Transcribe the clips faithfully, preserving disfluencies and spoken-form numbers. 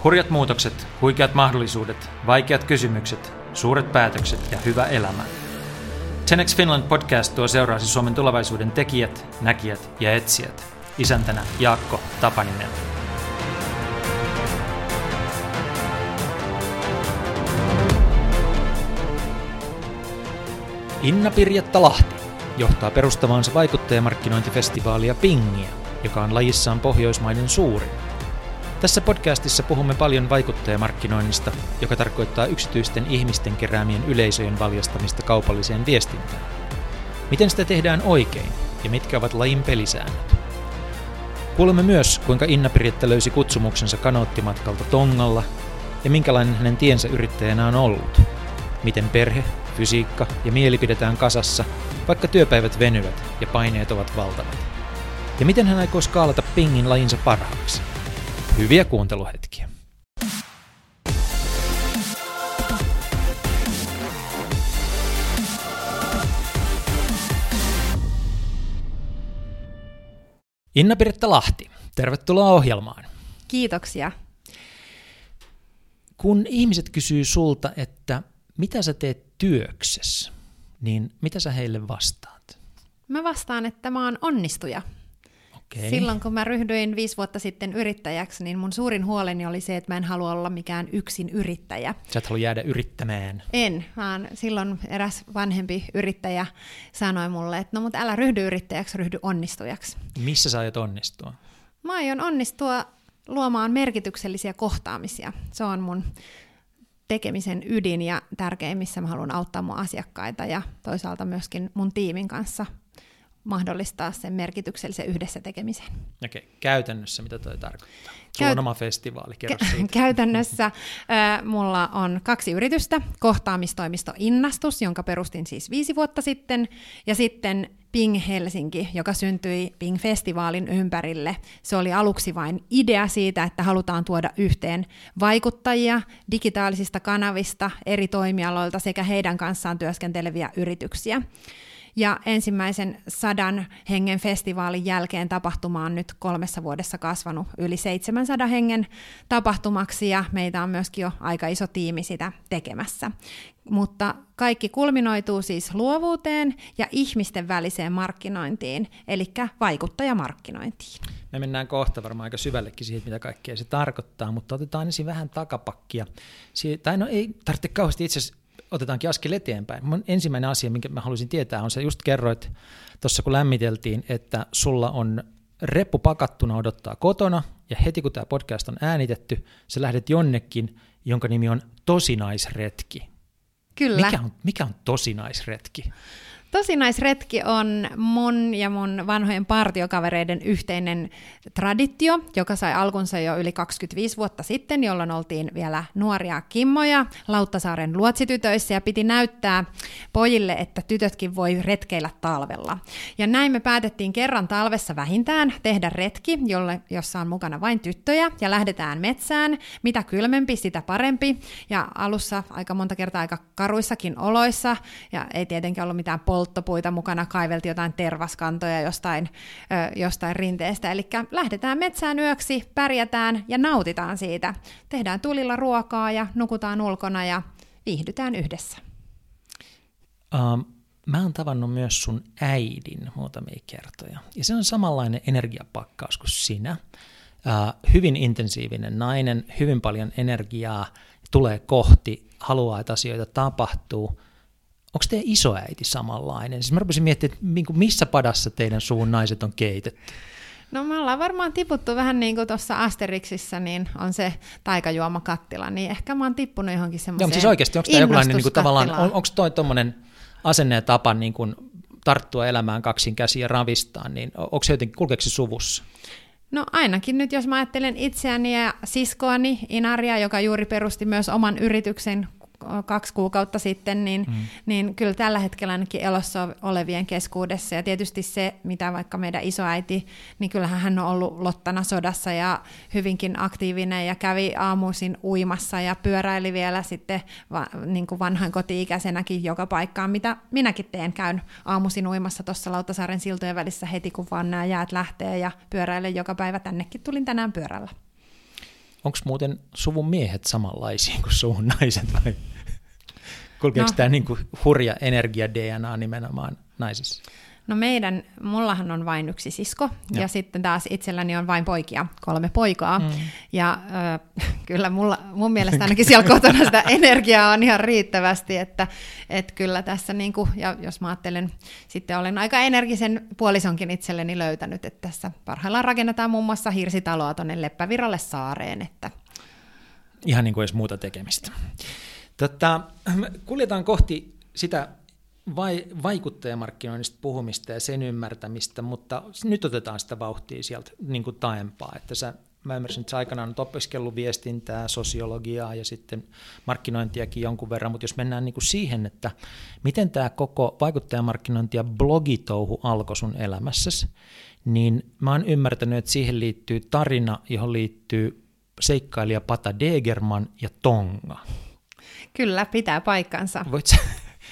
Hurjat muutokset, huikeat mahdollisuudet, vaikeat kysymykset, suuret päätökset ja hyvä elämä. ten x Finland podcast tuo seuraasi Suomen tulevaisuuden tekijät, näkijät ja etsijät. Isäntänä Jaakko Tapaninen. Inna-Pirjetta Lahti johtaa perustamaansa vaikuttajamarkkinointifestivaalia Pingiä, joka on lajissaan Pohjoismaiden suurin. Tässä podcastissa puhumme paljon vaikuttajamarkkinoinnista, joka tarkoittaa yksityisten ihmisten keräämien yleisöjen valjastamista kaupalliseen viestintään. Miten sitä tehdään oikein ja mitkä ovat lajin pelisäännöt? Kuulemme myös, kuinka Inna-Pirjetta löysi kutsumuksensa kanoottimatkalta Tongalla ja minkälainen hänen tiensä yrittäjänä on ollut. Miten perhe, fysiikka ja mieli pidetään kasassa, vaikka työpäivät venyvät ja paineet ovat valtavat. Ja miten hän aikoo skaalata Pingin lajinsa parhaaksi. Hyviä kuunteluhetkiä. Inna-Pirjetta Lahti, tervetuloa ohjelmaan. Kiitoksia. Kun ihmiset kysyy sulta, että mitä sä teet työksessä, niin mitä sä heille vastaat? Mä vastaan, että mä oon onnistuja. Okei. Silloin kun mä ryhdyin viisi vuotta sitten yrittäjäksi, niin mun suurin huoleni oli se, että mä en halua olla mikään yksin yrittäjä. Sä et halua jäädä yrittämään. En, vaan silloin eräs vanhempi yrittäjä sanoi mulle, että no mut älä ryhdy yrittäjäksi, ryhdy onnistujaksi. Missä sä aiot onnistua? Mä aion onnistua luomaan merkityksellisiä kohtaamisia. Se on mun tekemisen ydin ja tärkein, missä mä haluan auttaa mun asiakkaita ja toisaalta myöskin mun tiimin kanssa mahdollistaa sen merkityksellisen yhdessä tekemisen. Okei, käytännössä mitä toi tarkoittaa? Sulla Käyt- on oma festivaali, kerro siitä. Käytännössä äh, mulla on kaksi yritystä, kohtaamistoimisto Innastus, jonka perustin siis viisi vuotta sitten, ja sitten Ping Helsinki, joka syntyi Ping-festivaalin ympärille. Se oli aluksi vain idea siitä, että halutaan tuoda yhteen vaikuttajia digitaalisista kanavista, eri toimialoilta sekä heidän kanssaan työskenteleviä yrityksiä. Ja ensimmäisen sadan hengen festivaalin jälkeen tapahtuma on nyt kolmessa vuodessa kasvanut yli seitsemänsadan hengen tapahtumaksi, ja meitä on myöskin jo aika iso tiimi sitä tekemässä. Mutta kaikki kulminoituu siis luovuuteen ja ihmisten väliseen markkinointiin, eli vaikuttajamarkkinointiin. Me mennään kohta varmaan aika syvällekin siihen, mitä kaikkea se tarkoittaa, mutta otetaan ensin vähän takapakkia. Tai no ei tarvitse kauheasti itse asiassa. Otetaankin askel eteenpäin. Mun ensimmäinen asia, minkä mä haluaisin tietää, on se, just kerroit tuossa kun lämmiteltiin, että sulla on reppu pakattuna odottaa kotona, ja heti kun tämä podcast on äänitetty, sä lähdet jonnekin, jonka nimi on Tosinaisretki. Kyllä. Mikä on, mikä on Tosinaisretki? Tosinaisretki on mun ja mun vanhojen partiokavereiden yhteinen traditio, joka sai alkunsa jo yli kaksikymmentäviisi vuotta sitten, jolloin oltiin vielä nuoria kimmoja Lauttasaaren luotsitytöissä ja piti näyttää pojille, että tytötkin voi retkeillä talvella. Ja näin me päätettiin kerran talvessa vähintään tehdä retki, jolle, jossa on mukana vain tyttöjä, ja lähdetään metsään. Mitä kylmempi, sitä parempi. Ja alussa aika monta kertaa aika karuissakin oloissa, ja ei tietenkään ollut mitään polttoa. polttopuita mukana, kaiveltiin jotain tervaskantoja jostain, ö, jostain rinteestä. Eli lähdetään metsään yöksi, pärjätään ja nautitaan siitä. Tehdään tulilla ruokaa ja nukutaan ulkona ja viihdytään yhdessä. Um, mä oon tavannut myös sun äidin muutamia kertoja. Ja se on samanlainen energiapakkaus kuin sinä. Uh, hyvin intensiivinen nainen, hyvin paljon energiaa, tulee kohti, haluaa, että asioita tapahtuu. Onko teidän isoäiti samanlainen? Siis mä rupesin miettimään, että missä padassa teidän suvun naiset on keitetty? No me ollaan varmaan tiputtu vähän niin kuin tuossa Asterixissä, niin on se taikajuomakattila, niin ehkä mä oon tippunut johonkin semmoiseen. Joo, mutta siis oikeasti, onko tämä jonkinlainen niin kuin tavallaan, on, onko toi tommoinen asenne ja tapa niin kuin tarttua elämään kaksin käsiin ja ravistaa, niin onko se jotenkin, kulkeeko se suvussa? No ainakin nyt, jos mä ajattelen itseäni ja siskoani Inaria, joka juuri perusti myös oman yrityksen kaksi kuukautta sitten, niin, mm. niin kyllä tällä hetkellä ainakin elossa olevien keskuudessa. Ja tietysti se, mitä vaikka meidän isoäiti, niin kyllähän hän on ollut Lottana sodassa ja hyvinkin aktiivinen ja kävi aamuisin uimassa ja pyöräili vielä sitten va, niin kuin vanhan koti-ikäisenäkin joka paikkaan, mitä minäkin teen. Käyn aamuisin uimassa tuossa Lauttasaaren siltojen välissä heti, kun vaan nämä jäät lähtee ja pyöräilen joka päivä. Tännekin tulin tänään pyörällä. Onko muuten suvun miehet samanlaisia kuin suvun naiset vai kulkeeko no. tämä niin kuin hurja energia-D N A nimenomaan naisissa? No meidän, mullahan on vain yksi sisko ja, ja sitten taas itselläni on vain poikia, kolme poikaa. Mm. Ja äh, kyllä mulla, mun mielestä ainakin siellä kotona sitä energiaa on ihan riittävästi, että et kyllä tässä, niin kuin, ja jos mä ajattelen, sitten olen aika energisen puolisonkin itselleni löytänyt, että tässä parhaillaan rakennetaan muun muassa hirsitaloa tuonne Leppävirralle saareen. Että. Ihan niin kuin edes muuta tekemistä. Totta, kuljetaan kohti sitä vai, vaikuttajamarkkinoinnista puhumista ja sen ymmärtämistä, mutta nyt otetaan sitä vauhtia sieltä niin kuin taempaa, että sä, mä ymmärsin, että sä aikanaan olet opiskellut viestintää, sosiologiaa ja sitten markkinointiakin jonkun verran, mutta jos mennään niin kuin siihen, että miten tämä koko vaikuttajamarkkinointi ja blogitouhu alkoi sun elämässäsi, niin mä oon ymmärtänyt, että siihen liittyy tarina, johon liittyy seikkailija Pata Degerman ja Tonga. Kyllä, pitää paikkansa. Voit sä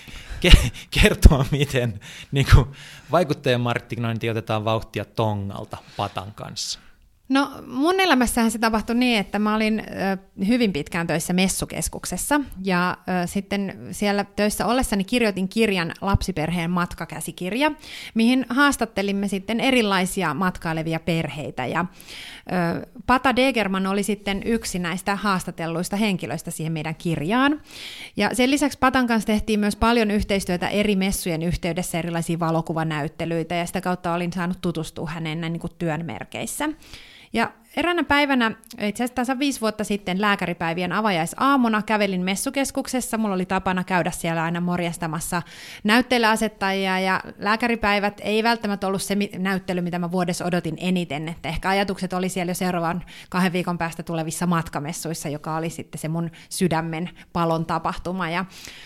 kertoa, miten niin kuin vaikuttajamarkkinointi otetaan vauhtia Tongalta Patan kanssa? No mun elämässähän se tapahtui niin, että mä olin ö, hyvin pitkään töissä messukeskuksessa ja ö, sitten siellä töissä ollessani kirjoitin kirjan Lapsiperheen matkakäsikirja, mihin haastattelimme sitten erilaisia matkailevia perheitä ja ö, Pata Degerman oli sitten yksi näistä haastatelluista henkilöistä siihen meidän kirjaan ja sen lisäksi Patan kanssa tehtiin myös paljon yhteistyötä eri messujen yhteydessä, erilaisia valokuvanäyttelyitä ja sitä kautta olin saanut tutustua häneen näin niin kuin työn merkeissä. Ja eräänä päivänä, itse asiassa viisi vuotta sitten lääkäripäivien avajaisaamuna kävelin messukeskuksessa. Mulla oli tapana käydä siellä aina morjastamassa näytteille asettajia ja lääkäripäivät ei välttämättä ollut se näyttely, mitä mä vuodessa odotin eniten. Että ehkä ajatukset oli siellä jo seuraavan kahden viikon päästä tulevissa matkamessuissa, joka oli sitten se mun sydämen palon tapahtuma. Ja,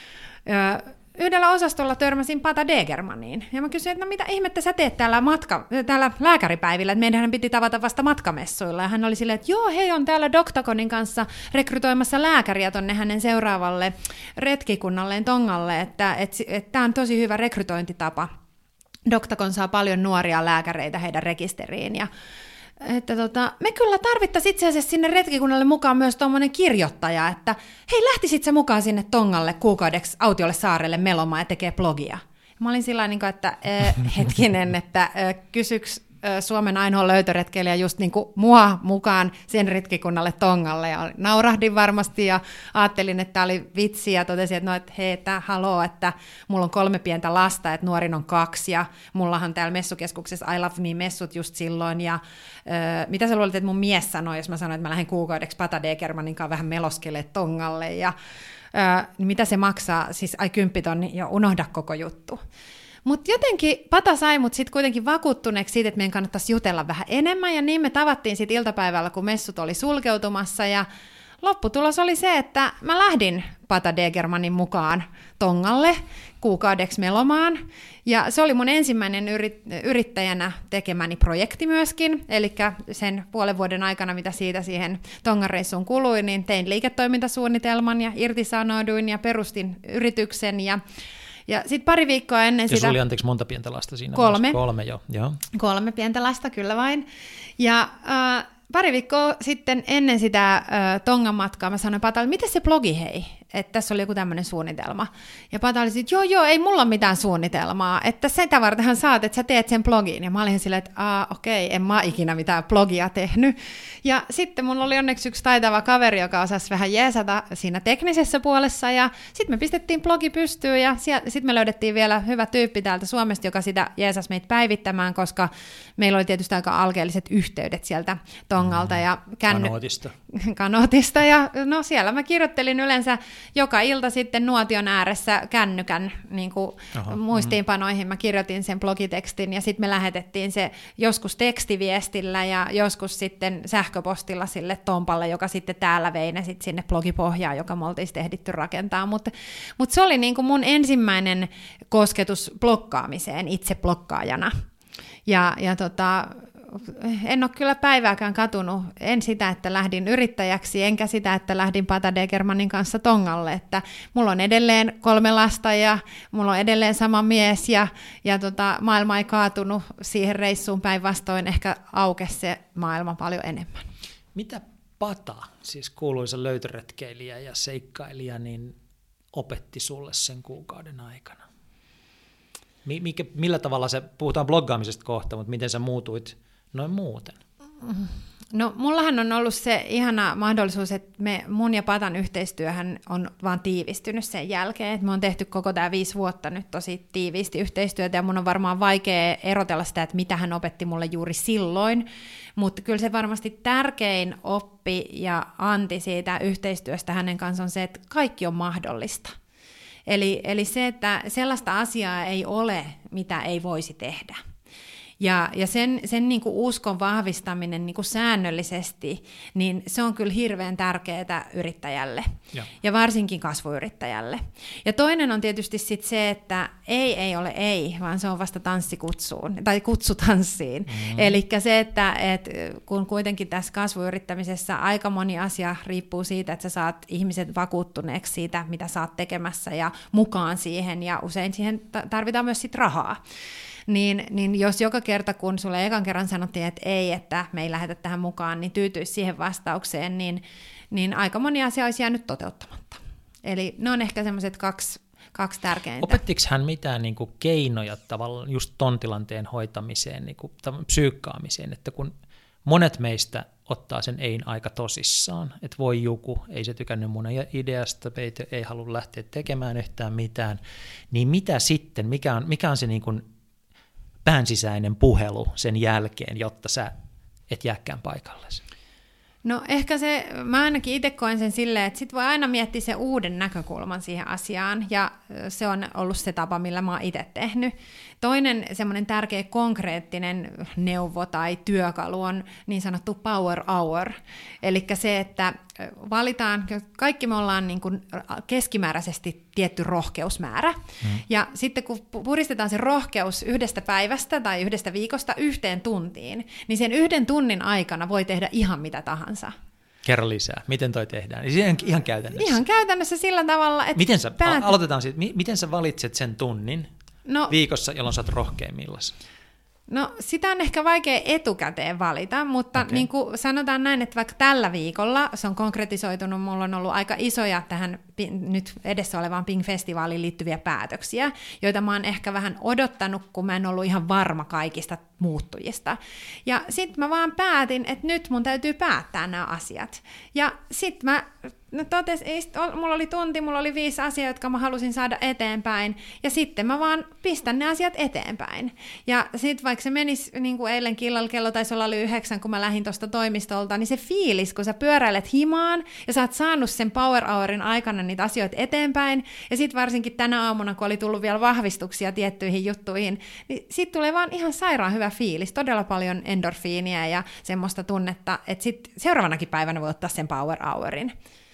öö, Yhdellä osastolla törmäsin Pata Degermaniin, ja mä kysyin, että no mitä ihmettä sä teet täällä, matka, täällä lääkäripäivillä, että meidän piti tavata vasta matkamessuilla, ja hän oli silleen, että joo, hei on täällä Doktakonin kanssa rekrytoimassa lääkäriä tonne hänen seuraavalle retkikunnalleen Tongalle, että et, et, tämä on tosi hyvä rekrytointitapa. Doktakon saa paljon nuoria lääkäreitä heidän rekisteriin, ja että tota, me kyllä tarvittaisiin itse asiassa sinne retkikunnalle mukaan myös tuommoinen kirjoittaja, että hei, lähtisit sä mukaan sinne Tongalle kuukaudeksi autiolle saarelle melomaan ja tekee blogia. Mä olin sillä tavalla, että äh, hetkinen, että äh, kysyks äh, Suomen ainoa löytöretkeilijä just niin kuin mua mukaan sen retkikunnalle Tongalle. Ja naurahdin varmasti ja ajattelin, että tämä oli vitsi ja totesin, että no, että hei, että haloo, että mulla on kolme pientä lasta, että nuorin on kaksi ja mullahan täällä messukeskuksessa I Love Me-messut just silloin ja Öö, mitä sä luulet, että mun mies sanoi, jos mä sanoin, että mä lähden kuukaudeksi Pata Degermanin kanssa vähän meloskelemaan Tongalle, ja öö, mitä se maksaa, siis ai kymppitonni, ja unohda koko juttu. Mutta jotenkin Pata sai mut sitten kuitenkin vakuuttuneeksi siitä, että meidän kannattaisi jutella vähän enemmän, ja niin me tavattiin sitten iltapäivällä, kun messut oli sulkeutumassa, ja lopputulos oli se, että mä lähdin Pata Degermanin mukaan Tongalle kuukaudeksi melomaan, ja se oli mun ensimmäinen yrittäjänä tekemäni projekti myöskin, eli sen puolen vuoden aikana, mitä siitä siihen Tongan reissuun kului, niin tein liiketoimintasuunnitelman ja irtisanouduin ja perustin yrityksen, ja Ja sitten pari viikkoa ennen ja sitä... Ja sulla oli anteeksi monta pientä lasta siinä? Kolme. Kolme, jo. Joo. Kolme pientä lasta, kyllä vain. Ja äh, pari viikkoa sitten ennen sitä äh, Tongan matkaa mä sanoin Patalle, miten se blogi hei? Että tässä oli joku tämmöinen suunnitelma. Ja Pata oli sitten, joo joo, ei mulla ole mitään suunnitelmaa, että sitä vartenhan saat, että sä teet sen blogiin. Ja mä olin silleen, että aa okei, en mä ikinä mitään blogia tehnyt. Ja sitten mulla oli onneksi yksi taitava kaveri, joka osasi vähän jeesata siinä teknisessä puolessa. Ja sitten me pistettiin blogi pystyyn ja sitten me löydettiin vielä hyvä tyyppi täältä Suomesta, joka sitä jeesasi meitä päivittämään, koska meillä oli tietysti aika alkeelliset yhteydet sieltä Tongalta. Ja känny... Kanootista. Kanootista. Ja no siellä mä kirjoittelin yleensä joka ilta sitten nuotion ääressä kännykän niin kuin muistiinpanoihin. Mä kirjoitin sen blogitekstin ja sitten me lähetettiin se joskus tekstiviestillä ja joskus sitten sähköpostilla sille Tompalle, joka sitten täällä vei ne sitten sinne blogipohjaan, joka me oltiin ehditty rakentaa. Mutta mut se oli niin kuin mun ensimmäinen kosketus blokkaamiseen itse blokkaajana. Ja, ja tota... En ole kyllä päivääkään katunut, en sitä, että lähdin yrittäjäksi, enkä sitä, että lähdin Pata Degermanin kanssa Tongalle, että mulla on edelleen kolme lasta ja mulla on edelleen sama mies ja, ja tota, maailma ei kaatunut siihen reissuun, päinvastoin ehkä aukesi se maailma paljon enemmän. Mitä Pata, siis kuuluisa löytöretkeilijä ja seikkailija, niin opetti sulle sen kuukauden aikana? Mikä, millä tavalla se, puhutaan bloggaamisesta kohta, mutta miten sä muutuit noin muuten? No mullahan on ollut se ihana mahdollisuus, että me, mun ja Patan yhteistyöhän on vaan tiivistynyt sen jälkeen, että me on tehty koko tämä viisi vuotta nyt tosi tiiviisti yhteistyötä, ja mun on varmaan vaikea erotella sitä, että mitä hän opetti mulle juuri silloin, mutta kyllä se varmasti tärkein oppi ja anti siitä yhteistyöstä hänen kanssaan on se, että kaikki on mahdollista. Eli, eli se, että sellaista asiaa ei ole, mitä ei voisi tehdä. Ja, ja sen, sen niin kuin uskon vahvistaminen niin kuin säännöllisesti, niin se on kyllä hirveän tärkeää yrittäjälle ja. ja varsinkin kasvuyrittäjälle. Ja toinen on tietysti sit se, että ei ei ole ei, vaan se on vasta tanssikutsuun tai kutsu tanssiin. Mm-hmm. Eli se, että et, kun kuitenkin tässä kasvuyrittämisessä aika moni asia riippuu siitä, että sä saat ihmiset vakuuttuneeksi siitä, mitä sä oot tekemässä ja mukaan siihen, ja usein siihen tarvitaan myös sit rahaa. Niin, niin jos joka kerta, kun sulle ekan kerran sanottiin, että ei, että me ei lähdetä tähän mukaan, niin tyytyisi siihen vastaukseen, niin, niin aika moni asia olisi jäänyt toteuttamatta. Eli ne on ehkä semmoiset kaksi, kaksi tärkeintä. Opettiko hän mitään niin kuin keinoja tavallaan just ton tilanteen hoitamiseen, niin kuin psyykkaamiseen, että kun monet meistä ottaa sen ein aika tosissaan, että voi joku, ei se tykännyt mun ideasta, ei, ei halua lähteä tekemään yhtään mitään, niin mitä sitten, mikä on, mikä on se niin kuin päänsisäinen puhelu sen jälkeen, jotta sä et jääkään paikallesi? No ehkä se, mä ainakin itse koen sen silleen, että sit voi aina miettiä sen uuden näkökulman siihen asiaan, ja se on ollut se tapa, millä mä oon itse tehnyt. Toinen semmoinen tärkeä konkreettinen neuvo tai työkalu on niin sanottu power hour, eli se, että valitaan, kaikki me ollaan niin kuin keskimääräisesti tietty rohkeusmäärä, mm. ja sitten kun puristetaan se rohkeus yhdestä päivästä tai yhdestä viikosta yhteen tuntiin, niin sen yhden tunnin aikana voi tehdä ihan mitä tahansa. Kerro lisää. Miten toi tehdään? Ihan, ihan käytännössä. Ihan käytännössä sillä tavalla, että... Miten sä, päät... aloitetaan siitä, miten sä valitset sen tunnin no, viikossa, jolloin sä oot rohkeimmillaan? No sitä on ehkä vaikea etukäteen valita, mutta okay. Niin kuin sanotaan näin, että vaikka tällä viikolla se on konkretisoitunut, mulla on ollut aika isoja tähän nyt edessä olevaan Ping-festivaaliin liittyviä päätöksiä, joita mä oon ehkä vähän odottanut, kun mä en ollut ihan varma kaikista muuttujista. Ja sitten mä vaan päätin, että nyt mun täytyy päättää nämä asiat. Ja sitten mä no totes, mulla oli tunti, mulla oli viisi asiaa, jotka mä halusin saada eteenpäin, ja sitten mä vaan pistän ne asiat eteenpäin. Ja sitten vaikka se menisi, niin kuin eilen illalla, kello taisi olla oli yhdeksän, kun mä lähdin tuosta toimistolta, niin se fiilis, kun sä pyöräilet himaan, ja sä oot saanut sen power hourin aikana niitä asioita eteenpäin, ja sitten varsinkin tänä aamuna, kun oli tullut vielä vahvistuksia tiettyihin juttuihin, niin sit tulee vaan ihan sairaan hyvä fiilis, todella paljon endorfiinia ja semmoista tunnetta, että sitten seuraavanakin päivänä voi ottaa sen power hourin.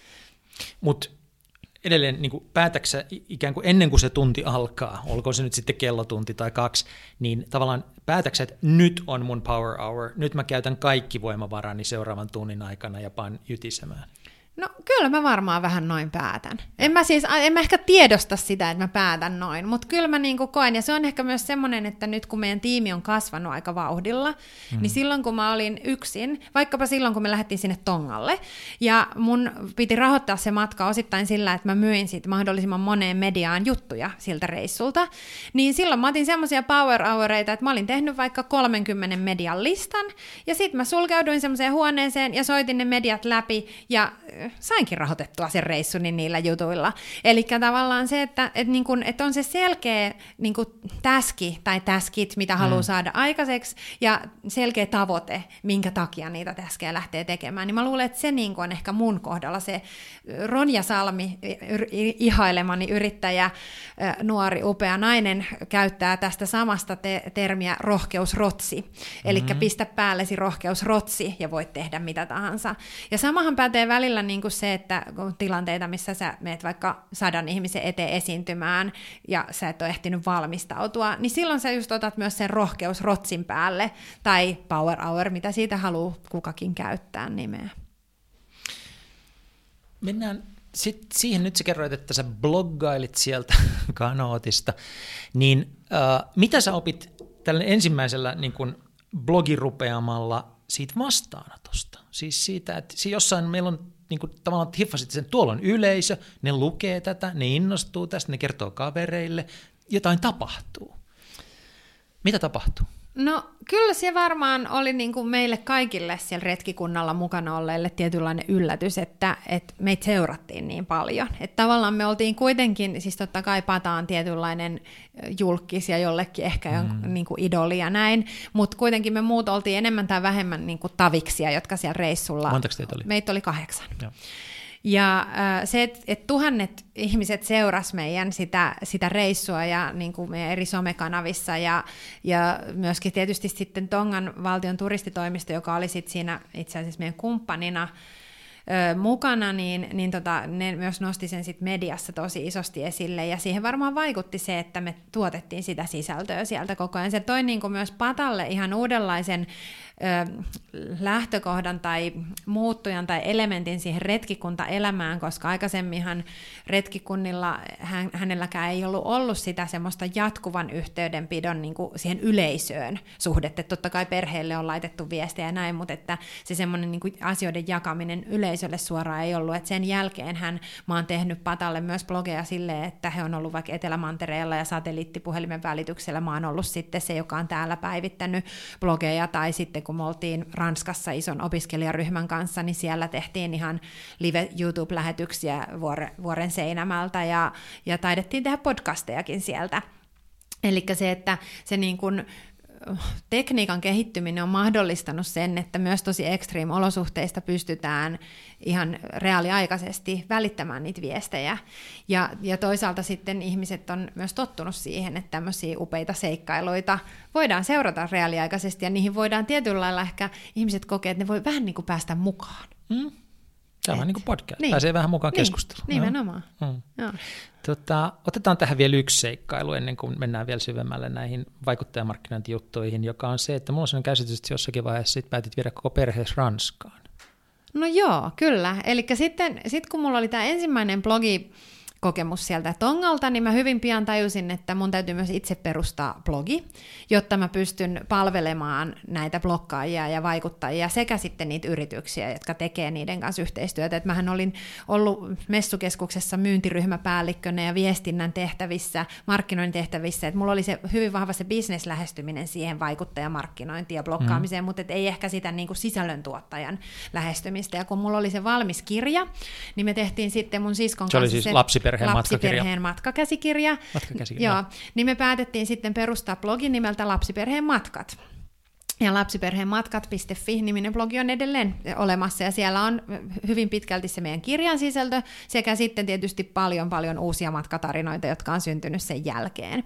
Mutta edelleen niin päätäksä ikään kuin ennen kuin se tunti alkaa, olkoon se nyt sitten kellotunti tai kaksi, niin tavallaan päätäksä, että nyt on mun power hour, nyt mä käytän kaikki voimavarani seuraavan tunnin aikana ja paan jytisemään. No kyllä mä varmaan vähän noin päätän. En mä siis, en mä ehkä tiedosta sitä, että mä päätän noin, mutta kyllä mä niin kuin koen, ja se on ehkä myös semmoinen, että nyt kun meidän tiimi on kasvanut aika vauhdilla, mm. niin silloin kun mä olin yksin, vaikkapa silloin kun me lähdettiin sinne Tongalle, ja mun piti rahoittaa se matka osittain sillä, että mä myin siitä mahdollisimman moneen mediaan juttuja siltä reissulta, niin silloin mä otin semmoisia power houreita, että mä olin tehnyt vaikka kolmenkymmenen median listan, ja sit mä sulkeuduin semmoiseen huoneeseen ja soitin ne mediat läpi, ja sainkin rahoitettua sen reissuni niillä jutuilla. Eli tavallaan se, että, että, niin kun, että on se selkeä niin kun täski tai täskit, mitä mm. haluaa saada aikaiseksi, ja selkeä tavoite, minkä takia niitä täskejä lähtee tekemään. Niin mä luulen, että se niin kun on ehkä mun kohdalla se Ronja Salmi, ihailemani yrittäjä, nuori, upea nainen, käyttää tästä samasta te- termiä rohkeusrotsi. Eli mm-hmm. pistä päällesi rohkeusrotsi ja voit tehdä mitä tahansa. Ja samahan pätee välillä niin kuin se, että tilanteita, missä sä meet vaikka sadan ihmisen eteen esiintymään ja sä et ole ehtinyt valmistautua, niin silloin sä just otat myös sen rohkeusrotsin päälle tai power hour, mitä siitä haluaa kukakin käyttää nimeä. Mennään sitten siihen, nyt sä kerroit, että sä bloggailit sieltä Kanootista, niin äh, mitä sä opit tällä ensimmäisellä niin kun blogirupeamalla siitä vastaanotosta. Siis siitä, että jossain meillä on niin kuin tavallaan hiffasit sen, tuolla on yleisö, ne lukee tätä, ne innostuu tästä, ne kertoo kavereille, jotain tapahtuu. Mitä tapahtuu? No kyllä se varmaan oli niin kuin meille kaikille siellä retkikunnalla mukana olleille tietynlainen yllätys, että, että meitä seurattiin niin paljon. Että tavallaan me oltiin kuitenkin, siis totta kai Pata on tietynlainen julkis ja jollekin ehkä mm. niin kuin idoli ja näin, mutta kuitenkin me muut oltiin enemmän tai vähemmän niin kuin taviksia, jotka siellä reissulla... Montako teitä oli? Meitä oli kahdeksan. Joo. Ja äh, se, että et tuhannet ihmiset seurasi meidän sitä, sitä reissua ja niin kuin meidän eri somekanavissa ja, ja myöskin tietysti sitten Tongan valtion turistitoimisto, joka oli sit siinä itse asiassa meidän kumppanina ö, mukana, niin, niin tota, ne myös nosti sen sit mediassa tosi isosti esille ja siihen varmaan vaikutti se, että me tuotettiin sitä sisältöä sieltä koko ajan. Se toi niin kuin myös Patalle ihan uudenlaisen ö, lähtökohdan tai muuttujan tai elementin siihen retkikuntaelämään, koska aikaisemminhan retkikunnilla hän, hänelläkään ei ollut ollut sitä semmoista jatkuvan yhteydenpidon niin kuin siihen yleisöön suhdetta. Totta kai perheelle on laitettu viestejä ja näin, mutta että se semmoinen niin kuin asioiden jakaminen yleisölle suoraan ei ollut. Et sen jälkeen hän, mä oon tehnyt Patalle myös blogeja silleen, että he on ollut vaikka Etelämantereella ja satelliittipuhelimen välityksellä. Mä oon ollut sitten se, joka on täällä päivittänyt blogeja, tai sitten kun me oltiin Ranskassa ison opiskelijaryhmän kanssa, niin siellä tehtiin ihan live YouTube-lähetyksiä vuoren seinämältä ja, ja taidettiin tehdä podcastejakin sieltä. Eli se, että se niin kuin tekniikan kehittyminen on mahdollistanut sen, että myös tosi extreme-olosuhteista pystytään ihan reaaliaikaisesti välittämään niitä viestejä. Ja, ja toisaalta sitten ihmiset on myös tottunut siihen, että tämmöisiä upeita seikkailuita voidaan seurata reaaliaikaisesti, ja niihin voidaan tietyllä lailla ehkä ihmiset kokea, että ne voi vähän niin kuin päästä mukaan. Mm. Se on vähän niin kuin podcast. Niin. Pääsee vähän mukaan niin. keskusteluun. Nimenomaan. Mm. Joo. Tota, otetaan tähän vielä yksi seikkailu ennen kuin mennään vielä syvemmälle näihin vaikuttajamarkkinointijuttuihin, joka on se, että mulla on sellainen käsitys, että jossakin vaiheessa sit päätit viedä koko perheessä Ranskaan. No joo, kyllä. Eli sitten sit kun mulla oli tämä ensimmäinen blogi, kokemus sieltä Tongalta, niin mä hyvin pian tajusin, että mun täytyy myös itse perustaa blogi, jotta mä pystyn palvelemaan näitä blokkaajia ja vaikuttajia sekä sitten niitä yrityksiä, jotka tekee niiden kanssa yhteistyötä. Et mähän olin ollut messukeskuksessa myyntiryhmäpäällikkönä ja viestinnän tehtävissä, markkinoinnin tehtävissä, että mulla oli se hyvin vahva se bisneslähestyminen siihen vaikuttajamarkkinointiin ja blokkaamiseen, mm. mutta et ei ehkä sitä niin kuin sisällöntuottajan lähestymistä. Ja kun mulla oli se valmis kirja, niin me tehtiin sitten mun siskon se kanssa oli siis se lapsiperheen lapsiperheen matkakäsikirja. matkakäsikirja. Joo, niin me päätettiin sitten perustaa blogin nimeltä Lapsiperheen matkat. Ja lapsiperheen matkat piste fi-niminen blogi on edelleen olemassa, ja siellä on hyvin pitkälti se meidän kirjan sisältö, sekä sitten tietysti paljon paljon uusia matkatarinoita, jotka on syntynyt sen jälkeen.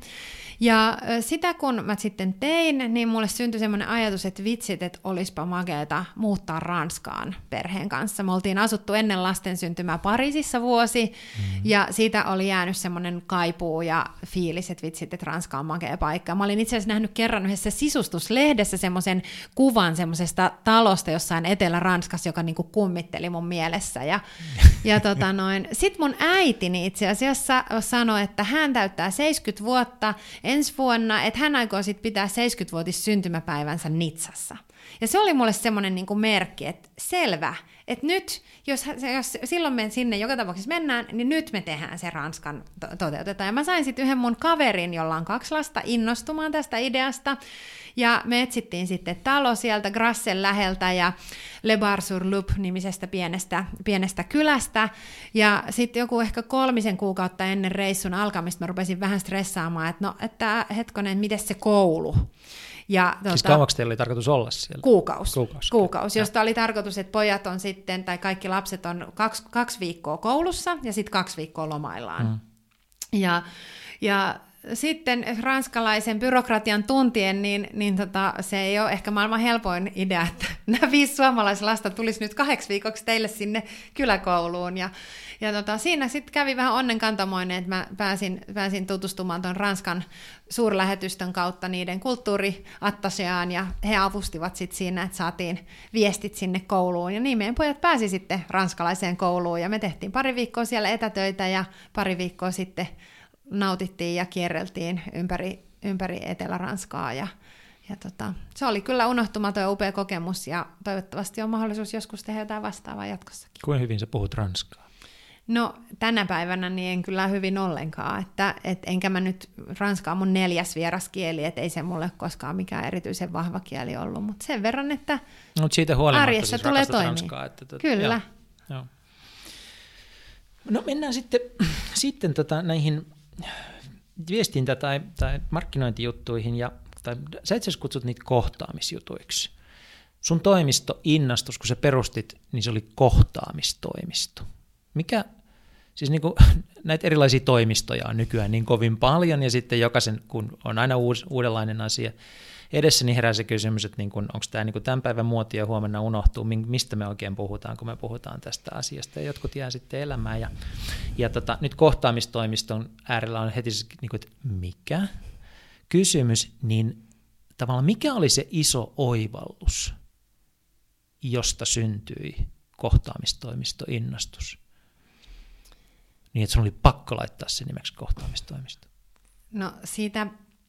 Ja sitä kun mä sitten tein, niin mulle syntyi semmoinen ajatus, että vitsit, että olispa makeeta muuttaa Ranskaan perheen kanssa. Me oltiin asuttu ennen lasten syntymää Pariisissa vuosi, mm-hmm. ja siitä oli jäänyt semmoinen kaipuu ja fiilis, että vitsit, että Ranska on makea paikka. Mä olin itse asiassa nähnyt kerran yhdessä sisustuslehdessä semmoisen kuvan semmoisesta talosta jossain Etelä-Ranskassa, joka niinku kummitteli mun mielessä. Ja, ja tota noin. Sitten mun äitini itse asiassa sanoi, että hän täyttää seitsemänkymmentä vuotta ensi vuonna, että hän aikoo sitten pitää seitsemänkymmentävuotis syntymäpäivänsä Nitsassa. Ja se oli mulle semmoinen niinku merkki, että selvä, että nyt, jos, jos silloin me sinne joka tapauksessa mennään, niin nyt me tehdään se Ranskan to- toteutetaan. Ja mä sain sitten yhden mun kaverin, jolla on kaksi lasta, innostumaan tästä ideasta. Ja me etsittiin sitten talo sieltä Grassen läheltä ja Le Bar-sur-Loup-nimisestä pienestä, pienestä kylästä. Ja sitten joku ehkä kolmisen kuukautta ennen reissun alkamista mä rupesin vähän stressaamaan, että no, että hetkonen, miten se koulu? Ja, siis tuota, kauanko teillä oli tarkoitus olla siellä? Kuukausi. Kuukausi, Kuukausi josta oli tarkoitus, että pojat on sitten, tai kaikki lapset on kaksi, kaksi viikkoa koulussa ja sitten kaksi viikkoa lomaillaan. Mm. Ja, ja sitten ranskalaisen byrokratian tuntien, niin, niin tota, se ei ole ehkä maailman helpoin idea, että nämä viisi suomalaislasta tulisi nyt kahdeksi viikoksi teille sinne kyläkouluun. Ja, ja tota, siinä sitten kävi vähän onnenkantamoinen, että mä pääsin, pääsin tutustumaan tuon Ranskan suurlähetystön kautta niiden kulttuuriattaseaan, ja he avustivat sitten siinä, että saatiin viestit sinne kouluun. Ja niin meidän pojat pääsi sitten ranskalaiseen kouluun, ja me tehtiin pari viikkoa siellä etätöitä, ja pari viikkoa sitten nautittiin ja kierreltiin ympäri, ympäri Etelä-Ranskaa ja, Ja tota, se oli kyllä unohtumaton ja upea kokemus, ja toivottavasti on mahdollisuus joskus tehdä jotain vastaavaa jatkossakin. Kuinka hyvin sä puhut ranskaa? No tänä päivänä niin en kyllä hyvin ollenkaan, että et enkä mä nyt, ranska on mun neljäs vieraskieli, et ei se mulle koskaan mikään erityisen vahva kieli ollut, mutta sen verran, että no, siitä huolimatta arjessa siis tulee toimia. Ranskaa, että tot, kyllä. Joo, joo. No mennään sitten, sitten tota näihin viestintä- tai, tai markkinointijuttuihin, ja, tai sä itse asiassa kutsut niitä kohtaamisjutuiksi. Sun toimisto Innastus, kun sä perustit, niin se oli kohtaamistoimisto. Mikä, siis niin kuin, näitä erilaisia toimistoja on nykyään niin kovin paljon, ja sitten jokaisen, kun on aina uus, uudenlainen asia edessä, niin herää se kysymys, että niin kuin, onko tämä niin kuin tämän päivän muotia ja huomenna unohtuu, mistä me oikein puhutaan, kun me puhutaan tästä asiasta, ja jotkut jää sitten elämään. Ja, ja tota, nyt kohtaamistoimiston äärellä on heti se, niin kuin, että mikä kysymys, niin tavallaan mikä oli se iso oivallus, josta syntyi kohtaamistoimisto Innastus? Niin, että sun oli pakko laittaa se nimeksi kohtaamistoimisto. No siitä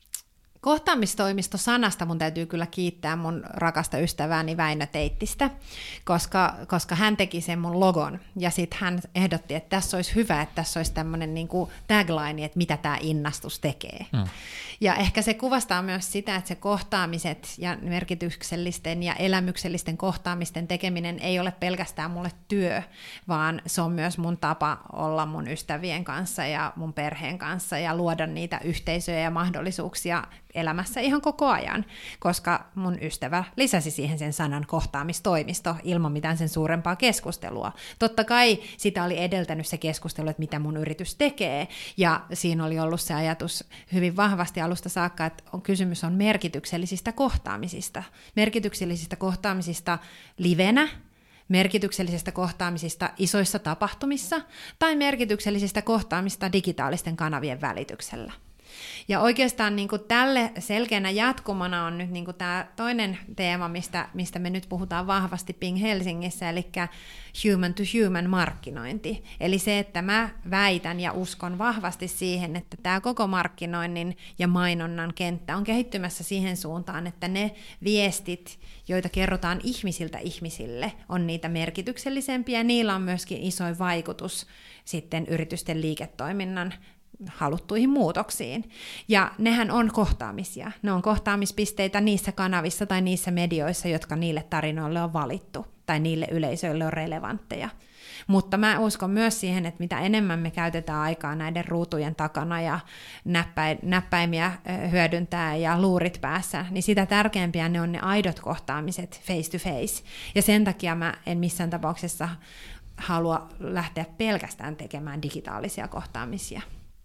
kohtaamistoimisto-sanasta mun täytyy kyllä kiittää mun rakasta ystävääni Väinö Teittistä, koska, koska hän teki sen mun logon, ja sitten hän ehdotti, että tässä olisi hyvä, että tässä olisi tämmöinen niinku tagline, että mitä tämä Innastus tekee. Mm. Ja ehkä se kuvastaa myös sitä, että se kohtaamiset ja merkityksellisten ja elämyksellisten kohtaamisten tekeminen ei ole pelkästään mulle työ, vaan se on myös mun tapa olla mun ystävien kanssa ja mun perheen kanssa ja luoda niitä yhteisöjä ja mahdollisuuksia elämässä ihan koko ajan, koska mun ystävä lisäsi siihen sen sanan kohtaamistoimisto ilman mitään sen suurempaa keskustelua. Totta kai sitä oli edeltänyt se keskustelu, että mitä mun yritys tekee, ja siinä oli ollut se ajatus hyvin vahvasti alusta saakka, että on, kysymys on merkityksellisistä kohtaamisista. Merkityksellisistä kohtaamisista livenä, merkityksellisistä kohtaamisista isoissa tapahtumissa tai merkityksellisistä kohtaamista digitaalisten kanavien välityksellä. Ja oikeastaan niin kuin tälle selkeänä jatkumona on nyt niin kuin tämä toinen teema, mistä, mistä me nyt puhutaan vahvasti Ping Helsingissä, eli human to human markkinointi. Eli se, että mä väitän ja uskon vahvasti siihen, että tämä koko markkinoinnin ja mainonnan kenttä on kehittymässä siihen suuntaan, että ne viestit, joita kerrotaan ihmisiltä ihmisille, on niitä merkityksellisempiä, ja niillä on myöskin iso vaikutus sitten yritysten liiketoiminnan haluttuihin muutoksiin. Ja nehän on kohtaamisia. Ne on kohtaamispisteitä niissä kanavissa tai niissä medioissa, jotka niille tarinoille on valittu tai niille yleisöille on relevantteja. Mutta mä uskon myös siihen, että mitä enemmän me käytetään aikaa näiden ruutujen takana ja näppäi, näppäimiä hyödyntää ja luurit päässä, niin sitä tärkeämpiä ne on ne aidot kohtaamiset face to face. Ja sen takia mä en missään tapauksessa halua lähteä pelkästään tekemään digitaalisia kohtaamisia.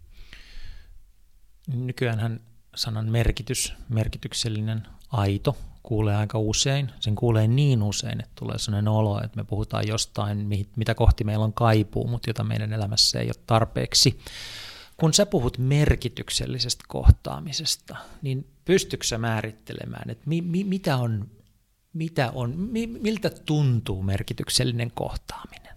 Nykyäänhän sanan merkitys, merkityksellinen, aito, kuulee aika usein. Sen kuulee niin usein, että tulee sellainen olo, että me puhutaan jostain, mitä kohti meillä on kaipuu, mutta jota meidän elämässä ei ole tarpeeksi. Kun sä puhut merkityksellisestä kohtaamisesta, niin pystytkö sä määrittelemään, että mi, mi, mitä on, mitä on, mi, miltä tuntuu merkityksellinen kohtaaminen?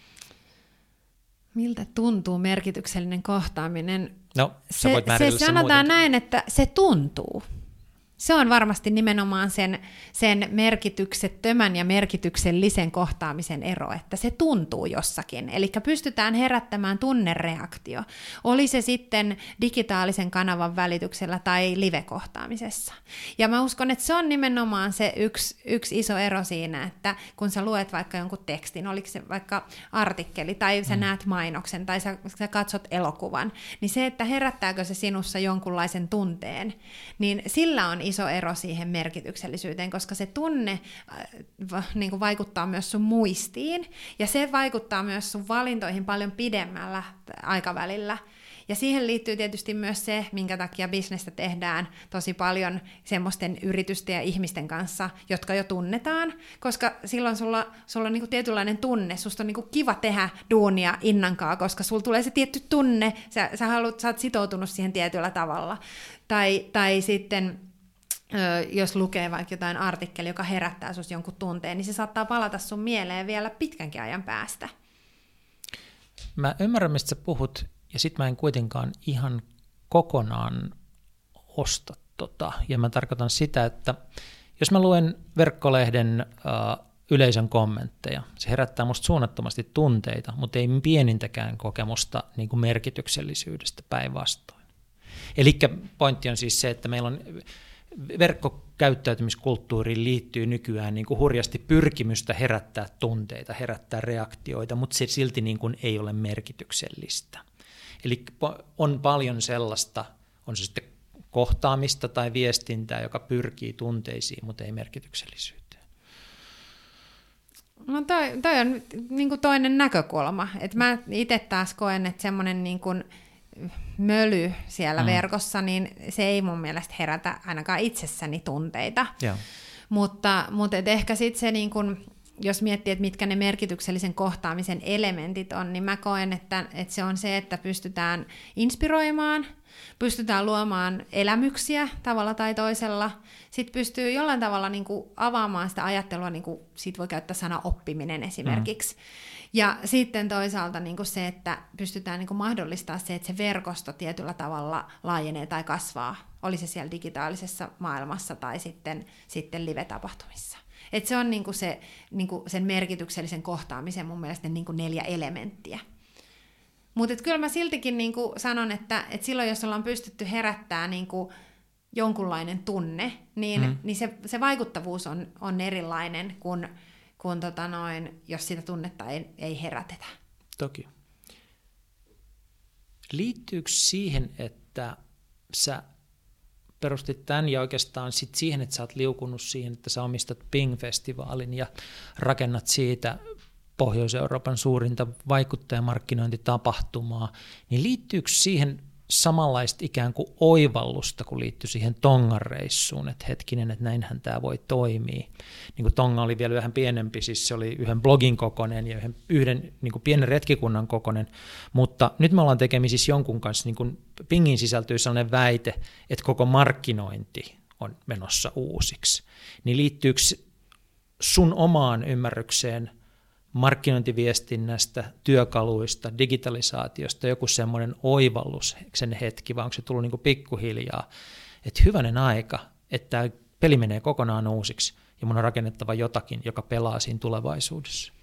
Miltä tuntuu merkityksellinen kohtaaminen? No, sä voit se, se sanotaan muutenkin. näin, että se tuntuu. Se on varmasti nimenomaan sen, sen merkityksettömän ja merkityksellisen kohtaamisen ero, että se tuntuu jossakin. Eli pystytään herättämään tunnereaktio. Oli se sitten digitaalisen kanavan välityksellä tai live-kohtaamisessa. Ja mä uskon, että se on nimenomaan se yksi, yksi iso ero siinä, että kun sä luet vaikka jonkun tekstin, oliko se vaikka artikkeli, tai sä mm. näet mainoksen, tai sä, sä katsot elokuvan, niin se, että herättääkö se sinussa jonkunlaisen tunteen, niin sillä on iso ero siihen merkityksellisyyteen, koska se tunne äh, niin kuin vaikuttaa myös sun muistiin, ja se vaikuttaa myös sun valintoihin paljon pidemmällä aikavälillä. Ja siihen liittyy tietysti myös se, minkä takia bisnestä tehdään tosi paljon semmoisten yritysten ja ihmisten kanssa, jotka jo tunnetaan, koska silloin sulla, sulla on niin kuin tietynlainen tunne, susta on niin kuin kiva tehdä duunia innankaa, koska sulla tulee se tietty tunne, sä, sä, haluat, sä oot sitoutunut siihen tietyllä tavalla. Tai, tai sitten jos lukee vaikka jotain artikkeli, joka herättää sinusta jonkun tunteen, niin se saattaa palata sun mieleen vielä pitkänkin ajan päästä. Mä ymmärrän, mistä sä puhut, ja sit mä en kuitenkaan ihan kokonaan osta Tota, ja mä tarkoitan sitä, että jos mä luen verkkolehden uh, yleisön kommentteja, se herättää musta suunnattomasti tunteita, mutta ei pienintäkään kokemusta niin kuin merkityksellisyydestä päinvastoin. Eli pointti on siis se, että meillä on verkkokäyttäytymiskulttuuriin liittyy nykyään niin kuin hurjasti pyrkimystä herättää tunteita, herättää reaktioita, mutta se silti niin kuin ei ole merkityksellistä. Eli on paljon sellaista, on se sitten kohtaamista tai viestintää, joka pyrkii tunteisiin, mutta ei merkityksellisyyteen. No toi, toi on niin kuin toinen näkökulma. Et mä itse taas koen, että semmoinen niin kuin möly siellä mm. verkossa, niin se ei mun mielestä herätä ainakaan itsessäni tunteita. Yeah. Mutta, mutta et ehkä sitten se, niin kun, jos miettii, että mitkä ne merkityksellisen kohtaamisen elementit on, niin mä koen, että, että se on se, että pystytään inspiroimaan, pystytään luomaan elämyksiä tavalla tai toisella, sitten pystyy jollain tavalla niin kuin avaamaan sitä ajattelua, niin kuin siitä voi käyttää sana oppiminen esimerkiksi. Mm. Ja sitten toisaalta niin kuin se, että pystytään niin kuin mahdollistaa se, että se verkosto tietyllä tavalla laajenee tai kasvaa, oli se siellä digitaalisessa maailmassa tai sitten, sitten live-tapahtumissa. Et se on niin kuin se, niin kuin sen merkityksellisen kohtaamisen mun mielestä ne niin kuin neljä elementtiä. Mutta kyllä mä siltikin niin kuin sanon, että, että silloin jos ollaan pystytty herättämään niin kuin jonkunlainen tunne, niin, mm. niin se, se vaikuttavuus on, on erilainen kuin kun tota noin, jos sitä tunnetta ei, ei herätetä. Toki. Liittyykö siihen, että sä perustit tämän ja oikeastaan sit siihen, että sä oot liukunut siihen, että sä omistat Ping-festivaalin ja rakennat siitä Pohjois-Euroopan suurinta vaikuttajamarkkinointitapahtumaa, niin liittyykö siihen samanlaista ikään kuin oivallusta, kun liittyy siihen Tongan reissuun, että hetkinen, että näinhän tämä voi toimia. Niin kuin Tonga oli vielä vähän pienempi, siis se oli yhden blogin kokoinen ja yhden, yhden niin kuin pienen retkikunnan kokoinen, mutta nyt me ollaan tekemisissä jonkun kanssa, niin kuin Pingin sisältyy sellainen väite, että koko markkinointi on menossa uusiksi. Niin liittyykö sun omaan ymmärrykseen markkinointiviestinnästä, työkaluista, digitalisaatiosta, joku semmoinen oivallus sen hetki, vai onko se tullut niin kuin pikkuhiljaa, että hyvänen aika, että tämä peli menee kokonaan uusiksi ja mun on rakennettava jotakin, joka pelaa siinä tulevaisuudessa?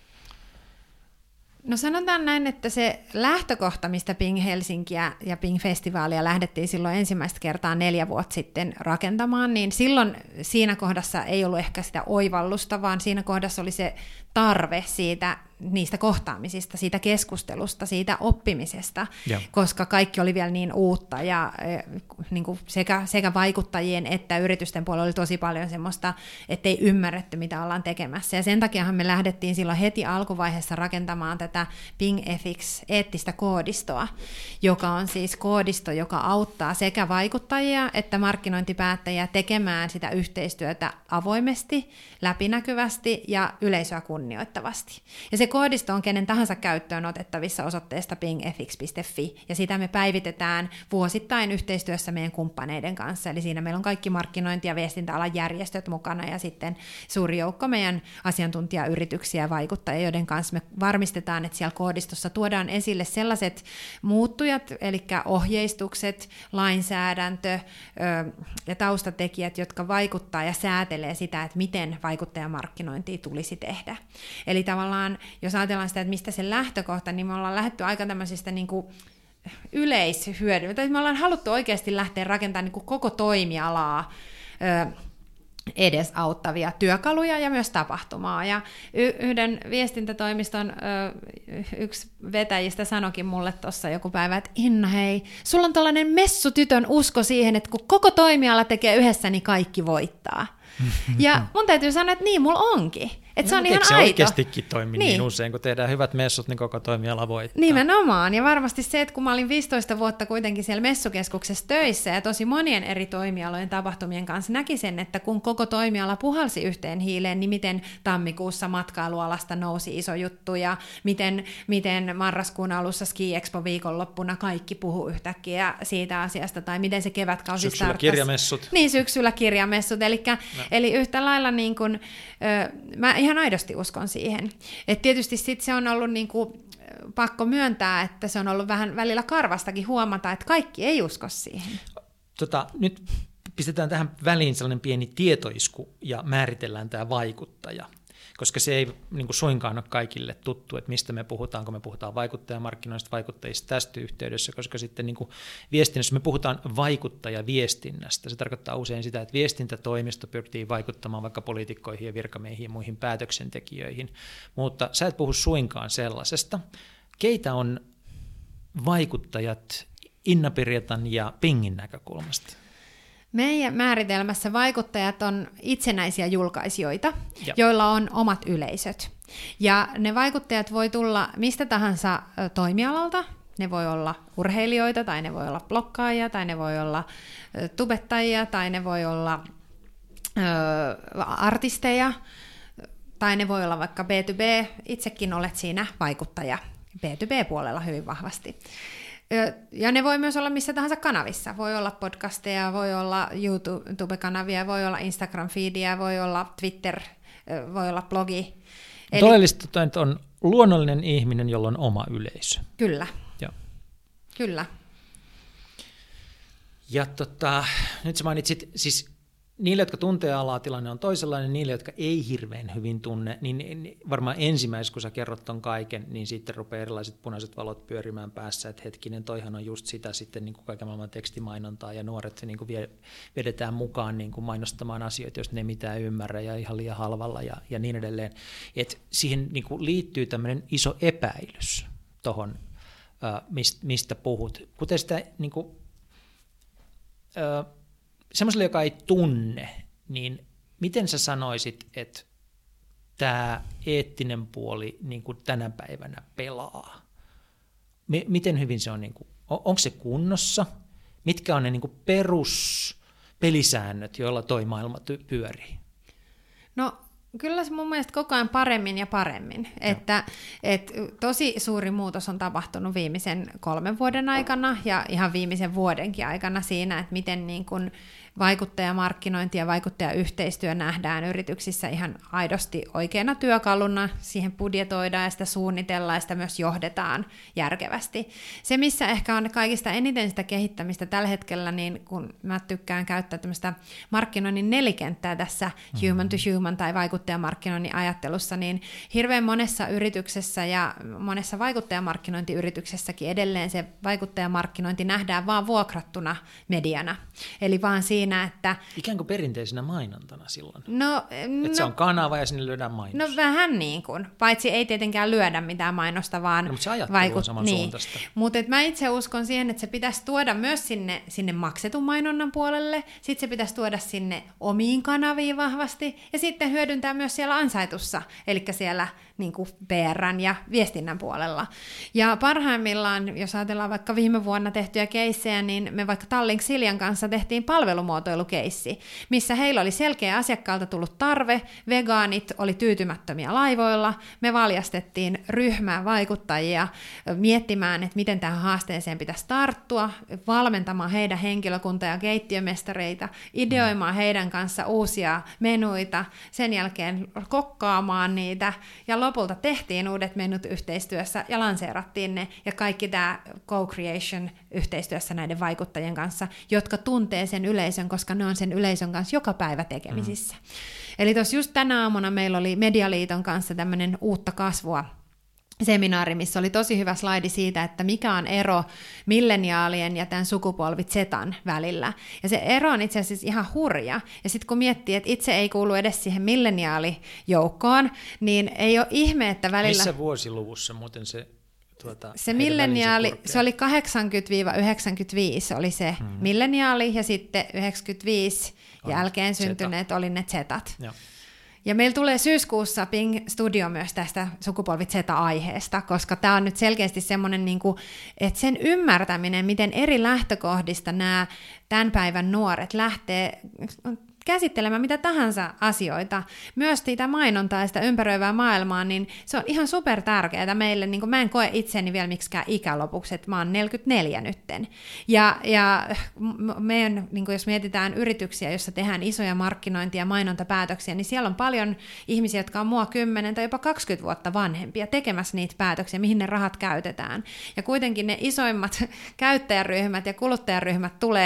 No sanotaan näin, että se lähtökohta, mistä Ping Helsinkiä ja Ping-festivaalia lähdettiin silloin ensimmäistä kertaa neljä vuotta sitten rakentamaan, niin silloin siinä kohdassa ei ollut ehkä sitä oivallusta, vaan siinä kohdassa oli se tarve siitä, niistä kohtaamisista, siitä keskustelusta, siitä oppimisesta, ja. Koska kaikki oli vielä niin uutta ja niin kuin sekä, sekä vaikuttajien että yritysten puolella oli tosi paljon semmoista, ettei ymmärretty, mitä ollaan tekemässä. Ja sen takiahan me lähdettiin silloin heti alkuvaiheessa rakentamaan tätä Ping Ethics eettistä koodistoa, joka on siis koodisto, joka auttaa sekä vaikuttajia että markkinointipäättäjiä tekemään sitä yhteistyötä avoimesti, läpinäkyvästi ja yleisöä kunnioittavasti. Ja se koodisto on kenen tahansa käyttöön otettavissa osoitteesta ping ethics piste fi, ja sitä me päivitetään vuosittain yhteistyössä meidän kumppaneiden kanssa, eli siinä meillä on kaikki markkinointi- ja viestintäalan järjestöt mukana, ja sitten suuri joukko meidän asiantuntijayrityksiä ja vaikuttajia, joiden kanssa me varmistetaan, että siellä koodistossa tuodaan esille sellaiset muuttujat, eli ohjeistukset, lainsäädäntö ö, ja taustatekijät, jotka vaikuttaa ja säätelee sitä, että miten vaikuttajamarkkinointia tulisi tehdä. Eli tavallaan, jos ajatellaan sitä, että mistä se lähtökohta, niin me ollaan lähdetty aika tämmöisistä niin kuin yleishyödyä. Me ollaan haluttu oikeasti lähteä rakentamaan niin kuin koko toimialaa ö, edesauttavia työkaluja ja myös tapahtumaa. Ja y- yhden viestintätoimiston ö, yksi vetäjistä sanoikin mulle tuossa joku päivä, että Inna hei, sulla on tällainen messutytön usko siihen, että kun koko toimiala tekee yhdessä, niin kaikki voittaa. Ja mun täytyy sanoa, että niin mulla onkin. Että no, se on ihan se aito. Oikeastikin toimi niin. niin usein, kun tehdään hyvät messut, niin koko toimiala voittaa. Nimenomaan. Ja varmasti se, että kun mä olin viisitoista vuotta kuitenkin siellä messukeskuksessa töissä ja tosi monien eri toimialojen tapahtumien kanssa näki sen, että kun koko toimiala puhalsi yhteen hiileen, niin miten tammikuussa matkailualasta nousi iso juttu ja miten, miten marraskuun alussa Ski Expo viikonloppuna kaikki puhuu yhtäkkiä siitä asiasta, tai miten se kevätkausi syksyllä starttasi. kirjamessut. Niin, syksyllä kirjamessut. Elikkä, no. Eli yhtä lailla niin kuin, mä ihan aidosti uskon siihen. Et tietysti sit se on ollut niin kuin pakko myöntää, että se on ollut vähän välillä karvastakin huomata, että kaikki ei usko siihen. Tota, nyt pistetään tähän väliin sellainen pieni tietoisku ja määritellään tämä vaikuttaja, koska se ei niin kuin suinkaan ole kaikille tuttu, että mistä me puhutaan, kun me puhutaan vaikuttajamarkkinoista, vaikuttajista tästä yhteydessä, koska sitten niin kuin viestinnässä me puhutaan vaikuttajaviestinnästä. Se tarkoittaa usein sitä, että viestintätoimisto pyrkii vaikuttamaan vaikka poliitikkoihin ja virkamiehiin ja muihin päätöksentekijöihin, mutta sä et puhu suinkaan sellaisesta. Keitä on vaikuttajat Inna Pirjatan ja Pingin näkökulmasta? Meidän määritelmässä vaikuttajat on itsenäisiä julkaisijoita, ja. joilla on omat yleisöt. Ja ne vaikuttajat voi tulla mistä tahansa toimialalta. Ne voi olla urheilijoita, tai ne voi olla bloggaajia, tai ne voi olla tubettajia, tai ne voi olla ö, artisteja, tai ne voi olla vaikka B two B. Itsekin olet siinä vaikuttaja B two B-puolella hyvin vahvasti. Ja ne voi myös olla missä tahansa kanavissa. Voi olla podcasteja, voi olla YouTube-kanavia, voi olla Instagram-feediä, voi olla Twitter, voi olla blogi. Eli... Todellista on luonnollinen ihminen, jolla on oma yleisö. Kyllä. Joo. Kyllä. Ja tota, nyt sä mainitsit, siis niille, jotka tuntee alaa, tilanne on toisenlainen, niille, jotka ei hirveän hyvin tunne, niin varmaan ensimmäisessä, kun sä kerrot ton kaiken, niin sitten rupeaa erilaiset punaiset valot pyörimään päässä, että hetkinen, toihan on just sitä sitten niin kuin kaiken maailman tekstimainontaa, ja nuoret niin kuin vie, vedetään mukaan niin kuin mainostamaan asioita, jos ne ei mitään ymmärrä, ja ihan liian halvalla, ja, ja niin edelleen. Et siihen niin kuin liittyy tämmöinen iso epäilys tuohon, mistä puhut. Kuten sitä... Niin kuin, semmoiselle, joka ei tunne, niin miten sä sanoisit, että tämä eettinen puoli niin kuin tänä päivänä pelaa? M- miten hyvin se on, niin kuin, on, onko se kunnossa? Mitkä on ne niin kuin peruspelisäännöt, joilla toi maailma ty- pyörii? No kyllä se mun mielestä koko ajan paremmin ja paremmin. Että, et, tosi suuri muutos on tapahtunut viimeisen kolmen vuoden aikana ja ihan viimeisen vuodenkin aikana siinä, että miten niin kun vaikuttajamarkkinointi ja vaikuttajayhteistyö nähdään yrityksissä ihan aidosti oikeana työkaluna. Siihen budjetoidaan ja sitä suunnitellaan ja sitä myös johdetaan järkevästi. Se, missä ehkä on kaikista eniten sitä kehittämistä tällä hetkellä, niin kun mä tykkään käyttää tämmöistä markkinoinnin nelikenttää tässä mm-hmm. human to human tai vaikuttajamarkkinoinnin ajattelussa, niin hirveän monessa yrityksessä ja monessa vaikuttajamarkkinointiyrityksessäkin edelleen se vaikuttajamarkkinointi nähdään vaan vuokrattuna mediana. Eli vaan siinä, että... Ikään kuin perinteisenä mainontana silloin. No, että no, se on kanava ja sinne lyödään mainos. No vähän niin kuin, paitsi ei tietenkään lyödä mitään mainosta, vaan... No, mutta se ajattelu vaikut... on samansuuntaista. Niin. Mutta mä itse uskon siihen, että se pitäisi tuoda myös sinne, sinne maksetun mainonnan puolelle, sitten se pitäisi tuoda sinne omiin kanaviin vahvasti, ja sitten hyödyntää myös siellä ansaitussa, eli siellä niin kuin P R:n ja viestinnän puolella. Ja parhaimmillaan, jos ajatellaan vaikka viime vuonna tehtyjä keissejä, niin me vaikka Tallink Siljan kanssa tehtiin palvelumuotoilukeissi, missä heillä oli selkeä asiakkaalta tullut tarve, vegaanit oli tyytymättömiä laivoilla, me valjastettiin ryhmää vaikuttajia miettimään, että miten tähän haasteeseen pitäisi tarttua, valmentamaan heidän henkilökunta- ja keittiömestareita, ideoimaan heidän kanssa uusia menuita, sen jälkeen kokkaamaan niitä, ja lopulta tehtiin uudet menut yhteistyössä ja lanseerattiin ne, ja kaikki tämä co-creation yhteistyössä näiden vaikuttajien kanssa, jotka tuntee sen yleisön, koska ne on sen yleisön kanssa joka päivä tekemisissä. Mm. Eli tuossa just tänä aamuna meillä oli Medialiiton kanssa tämmöinen uutta kasvua seminaari, missä oli tosi hyvä slaidi siitä, että mikä on ero milleniaalien ja tämän sukupolvi Zetan välillä. Ja se ero on itse asiassa ihan hurja. Ja sitten kun miettii, että itse ei kuulu edes siihen milleniaalijoukkoon, niin ei ole ihme, että välillä... Missä vuosiluvussa muuten se... Tuota, se milleniaali, se oli kahdeksankymmentä yhdeksänkymmentäviisi oli se mm-hmm. milleniaali, ja sitten yhdeksänkymmentäviisi on jälkeen syntyneet oli ne Zetat. Ja. Ja meillä tulee syyskuussa Ping Studio myös tästä sukupolvi Z-aiheesta, koska tämä on nyt selkeästi semmoinen, niin kuin, että sen ymmärtäminen, miten eri lähtökohdista nämä tämän päivän nuoret lähtee käsittelemään mitä tahansa asioita, myös sitä mainontaa ja sitä ympäröivää maailmaa, niin se on ihan super tärkeää meille. Niin kuin mä en koe itseni vielä miksikään ikälopuksi, että mä oon neljäkymmentäneljä nytten. Ja, ja meidän, niin kuin jos mietitään yrityksiä, joissa tehdään isoja markkinointia ja mainontapäätöksiä, niin siellä on paljon ihmisiä, jotka on mua kymmenen tai jopa kaksikymmentä vuotta vanhempia tekemässä niitä päätöksiä, mihin ne rahat käytetään. Ja kuitenkin ne isoimmat käyttäjäryhmät ja kuluttajaryhmät tulee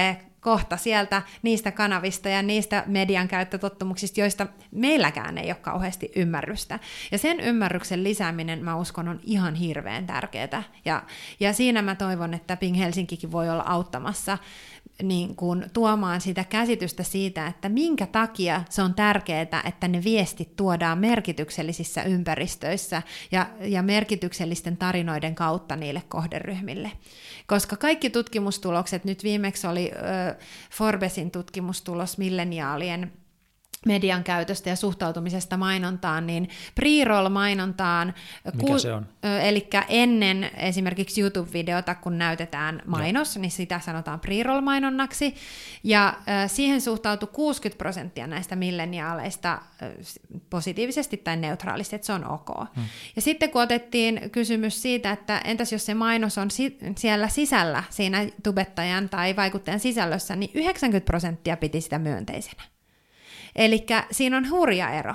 kohta sieltä niistä kanavista ja niistä median käyttötottumuksista, joista meilläkään ei ole kauheasti ymmärrystä. Ja sen ymmärryksen lisääminen, mä uskon, on ihan hirveän tärkeää. Ja, ja siinä mä toivon, että Ping Helsinkikin voi olla auttamassa niin kuin tuomaan sitä käsitystä siitä, että minkä takia se on tärkeää, että ne viestit tuodaan merkityksellisissä ympäristöissä ja, ja merkityksellisten tarinoiden kautta niille kohderyhmille. Koska kaikki tutkimustulokset, nyt viimeksi oli ö, Forbesin tutkimustulos milleniaalien median käytöstä ja suhtautumisesta mainontaan, niin pre-roll-mainontaan, Mikä ku, se on? Eli ennen esimerkiksi YouTube-videota, kun näytetään mainos, ja. niin sitä sanotaan pre-roll-mainonnaksi, ja äh, siihen suhtautui kuusikymmentä prosenttia näistä milleniaaleista äh, positiivisesti tai neutraalisti, että se on ok. Hmm. Ja sitten kun otettiin kysymys siitä, että entäs jos se mainos on si- siellä sisällä, siinä tubettajan tai vaikuttajan sisällössä, niin yhdeksänkymmentä prosenttia piti sitä myönteisenä. Eli siinä on hurja ero.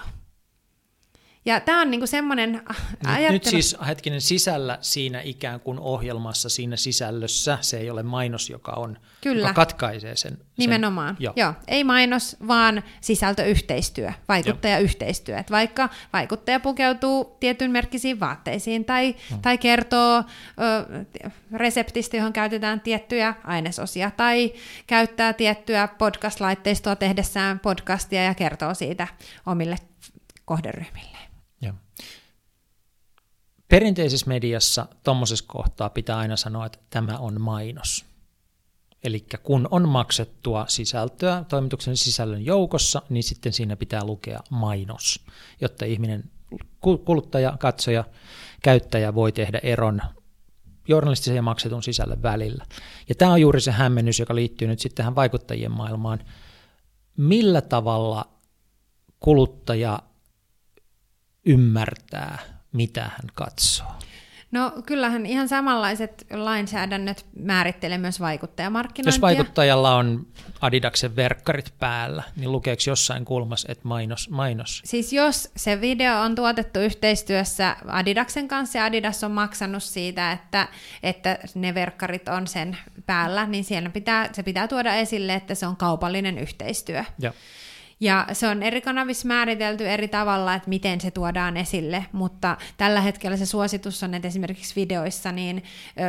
Ja tämä on niinku semmoinen ajattelu. Nyt siis hetkinen sisällä siinä ikään kuin ohjelmassa, siinä sisällössä, se ei ole mainos, joka on, Kyllä. joka katkaisee sen. Nimenomaan, sen, jo. joo. Ei mainos, vaan sisältöyhteistyö, vaikuttajayhteistyö. Et vaikka vaikuttaja pukeutuu tietyn merkkisiin vaatteisiin tai, hmm. tai kertoo ö, reseptistä, johon käytetään tiettyjä ainesosia, tai käyttää tiettyä podcast-laitteistoa tehdessään podcastia ja kertoo siitä omille kohderyhmille. Joo. Perinteisessä mediassa tuommoisessa kohtaa pitää aina sanoa, että tämä on mainos. Eli kun on maksettua sisältöä toimituksen sisällön joukossa, niin sitten siinä pitää lukea mainos, jotta ihminen, kuluttaja, katsoja, käyttäjä voi tehdä eron journalistisen ja maksetun sisällön välillä. Ja tämä on juuri se hämmennys, joka liittyy nyt sitten tähän vaikuttajien maailmaan. Millä tavalla kuluttaja ymmärtää, mitä hän katsoo? No kyllähän ihan samanlaiset lainsäädännöt määrittelee myös vaikuttajamarkkinointia. Jos vaikuttajalla on Adidaksen verkkarit päällä, niin lukeeko jossain kulmassa, että mainos, mainos? Siis jos se video on tuotettu yhteistyössä Adidaksen kanssa ja Adidas on maksanut siitä, että, että ne verkkarit on sen päällä, niin siellä pitää, se pitää tuoda esille, että se on kaupallinen yhteistyö. Joo. Ja se on eri kanavissa määritelty eri tavalla, että miten se tuodaan esille, mutta tällä hetkellä se suositus on, että esimerkiksi videoissa niin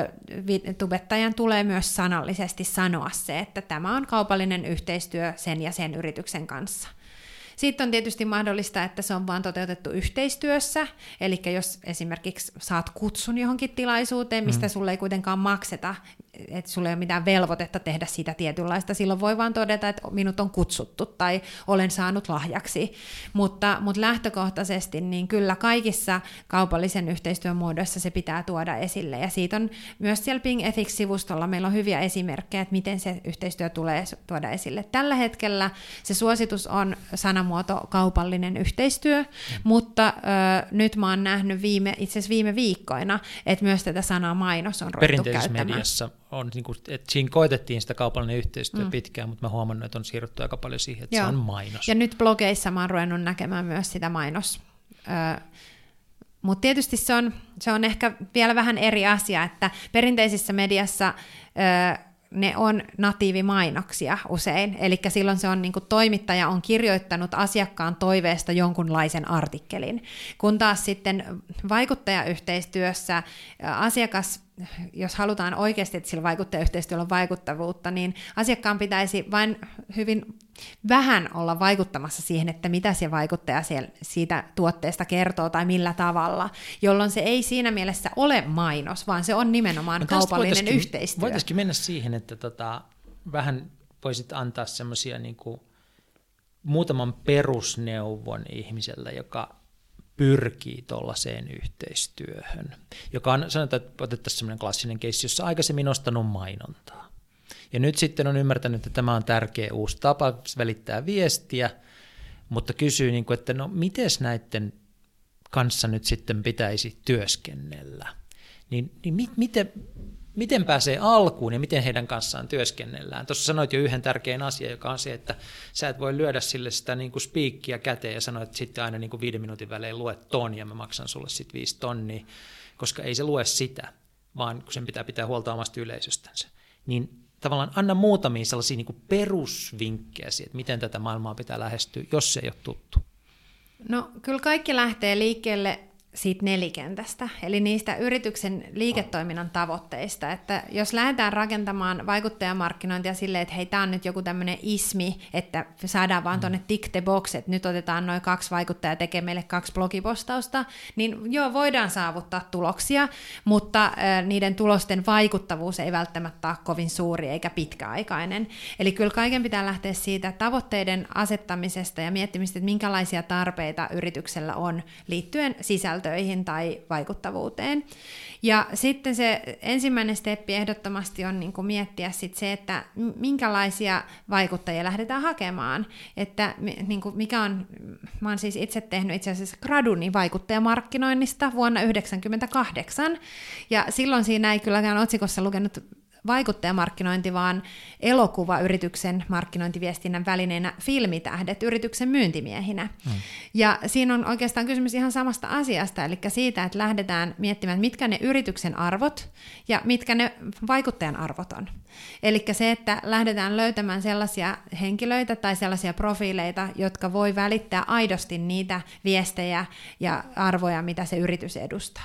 ö, tubettajan tulee myös sanallisesti sanoa se, että tämä on kaupallinen yhteistyö sen ja sen yrityksen kanssa. Sitten on tietysti mahdollista, että se on vaan toteutettu yhteistyössä, eli jos esimerkiksi saat kutsun johonkin tilaisuuteen, mistä mm. sulle ei kuitenkaan makseta, että sulla ei ole mitään velvoitetta tehdä sitä tietynlaista, silloin voi vaan todeta, että minut on kutsuttu tai olen saanut lahjaksi, mutta, mutta lähtökohtaisesti niin kyllä kaikissa kaupallisen yhteistyön muodoissa se pitää tuoda esille, ja siitä on myös siellä Ping Ethics-sivustolla meillä on hyviä esimerkkejä, että miten se yhteistyö tulee tuoda esille. Tällä hetkellä se suositus on sanamuoto kaupallinen yhteistyö, mm. mutta ö, nyt mä oon nähnyt viime, itse asiassa viime viikkoina, että myös tätä sanaa mainos on ruvettu käyttämään. Mediassa on, niin kuin, että siinä koetettiin sitä kaupallinen yhteistyö mm. pitkään, mutta mä huomannut, että on siirrytty aika paljon siihen, että Joo. se on mainos. Ja nyt blogeissa mä oon ruvennut näkemään myös sitä mainos. Ö, mutta tietysti se on, se on ehkä vielä vähän eri asia, että perinteisessä mediassa ö, ne on natiivimainoksia usein, eli silloin se on niin kuin toimittaja on kirjoittanut asiakkaan toiveesta jonkunlaisen artikkelin, kun taas sitten vaikuttajayhteistyössä asiakas, jos halutaan oikeasti, että sillä vaikuttajayhteistyöllä on vaikuttavuutta, niin asiakkaan pitäisi vain hyvin vähän olla vaikuttamassa siihen, että mitä se vaikuttaja siitä tuotteesta kertoo tai millä tavalla, jolloin se ei siinä mielessä ole mainos, vaan se on nimenomaan no, kaupallinen yhteistyö. Voitaisiin mennä siihen, että tota, vähän voisit antaa semmoisia niin kuin muutaman perusneuvon ihmiselle, joka pyrkii tuollaiseen yhteistyöhön, joka on, sanotaan, että otettaisiin semmoinen klassinen keissi, jossa aikaisemmin ostanut mainontaa. Ja nyt sitten on ymmärtänyt, että tämä on tärkeä uusi tapa välittää viestiä, mutta kysyy, että no miten näiden kanssa nyt sitten pitäisi työskennellä? Niin, niin mi, miten, miten pääsee alkuun ja miten heidän kanssaan työskennellään? Tuossa sanoit jo yhden tärkeän asian, joka on se, että sä et voi lyödä sille sitä niin kuin spiikkiä käteen ja sanoa, että sitten aina niin kuin viiden minuutin välein lue ton ja mä maksan sulle sitten viisi tonnia, koska ei se lue sitä, vaan kun sen pitää pitää huolta omasta yleisöstänsä. Niin tavallaan anna muutamia sellaisia niin kuin perusvinkkejä siihen, että miten tätä maailmaa pitää lähestyä, jos se ei ole tuttu. No kyllä kaikki lähtee liikkeelle siitä nelikentästä, eli niistä yrityksen liiketoiminnan tavoitteista, että jos lähdetään rakentamaan vaikuttajamarkkinointia silleen, että hei, tämä on nyt joku tämmöinen ismi, että saadaan vaan tuonne tick the box, että nyt otetaan noin kaksi vaikuttajaa tekee meille kaksi blogipostausta, niin joo, voidaan saavuttaa tuloksia, mutta äh, niiden tulosten vaikuttavuus ei välttämättä ole kovin suuri eikä pitkäaikainen. Eli kyllä kaiken pitää lähteä siitä tavoitteiden asettamisesta ja miettimistä, että minkälaisia tarpeita yrityksellä on liittyen sisältöön tai vaikuttavuuteen. Ja sitten se ensimmäinen steppi ehdottomasti on niin kuin miettiä sit se, että minkälaisia vaikuttajia lähdetään hakemaan. Että niin kuin mikä on, mä oon siis itse tehnyt itse asiassa graduni vaikuttajamarkkinoinnista vuonna yhdeksänkymmentäkahdeksan, ja silloin siinä ei kylläkään otsikossa lukenut vaikuttajamarkkinointi, vaan elokuvayrityksen markkinointiviestinnän välineenä filmitähdet yrityksen myyntimiehinä. Mm. Ja siinä on oikeastaan kysymys ihan samasta asiasta, eli siitä, että lähdetään miettimään, mitkä ne yrityksen arvot ja mitkä ne vaikuttajan arvot on. Eli se, että lähdetään löytämään sellaisia henkilöitä tai sellaisia profiileita, jotka voi välittää aidosti niitä viestejä ja arvoja, mitä se yritys edustaa.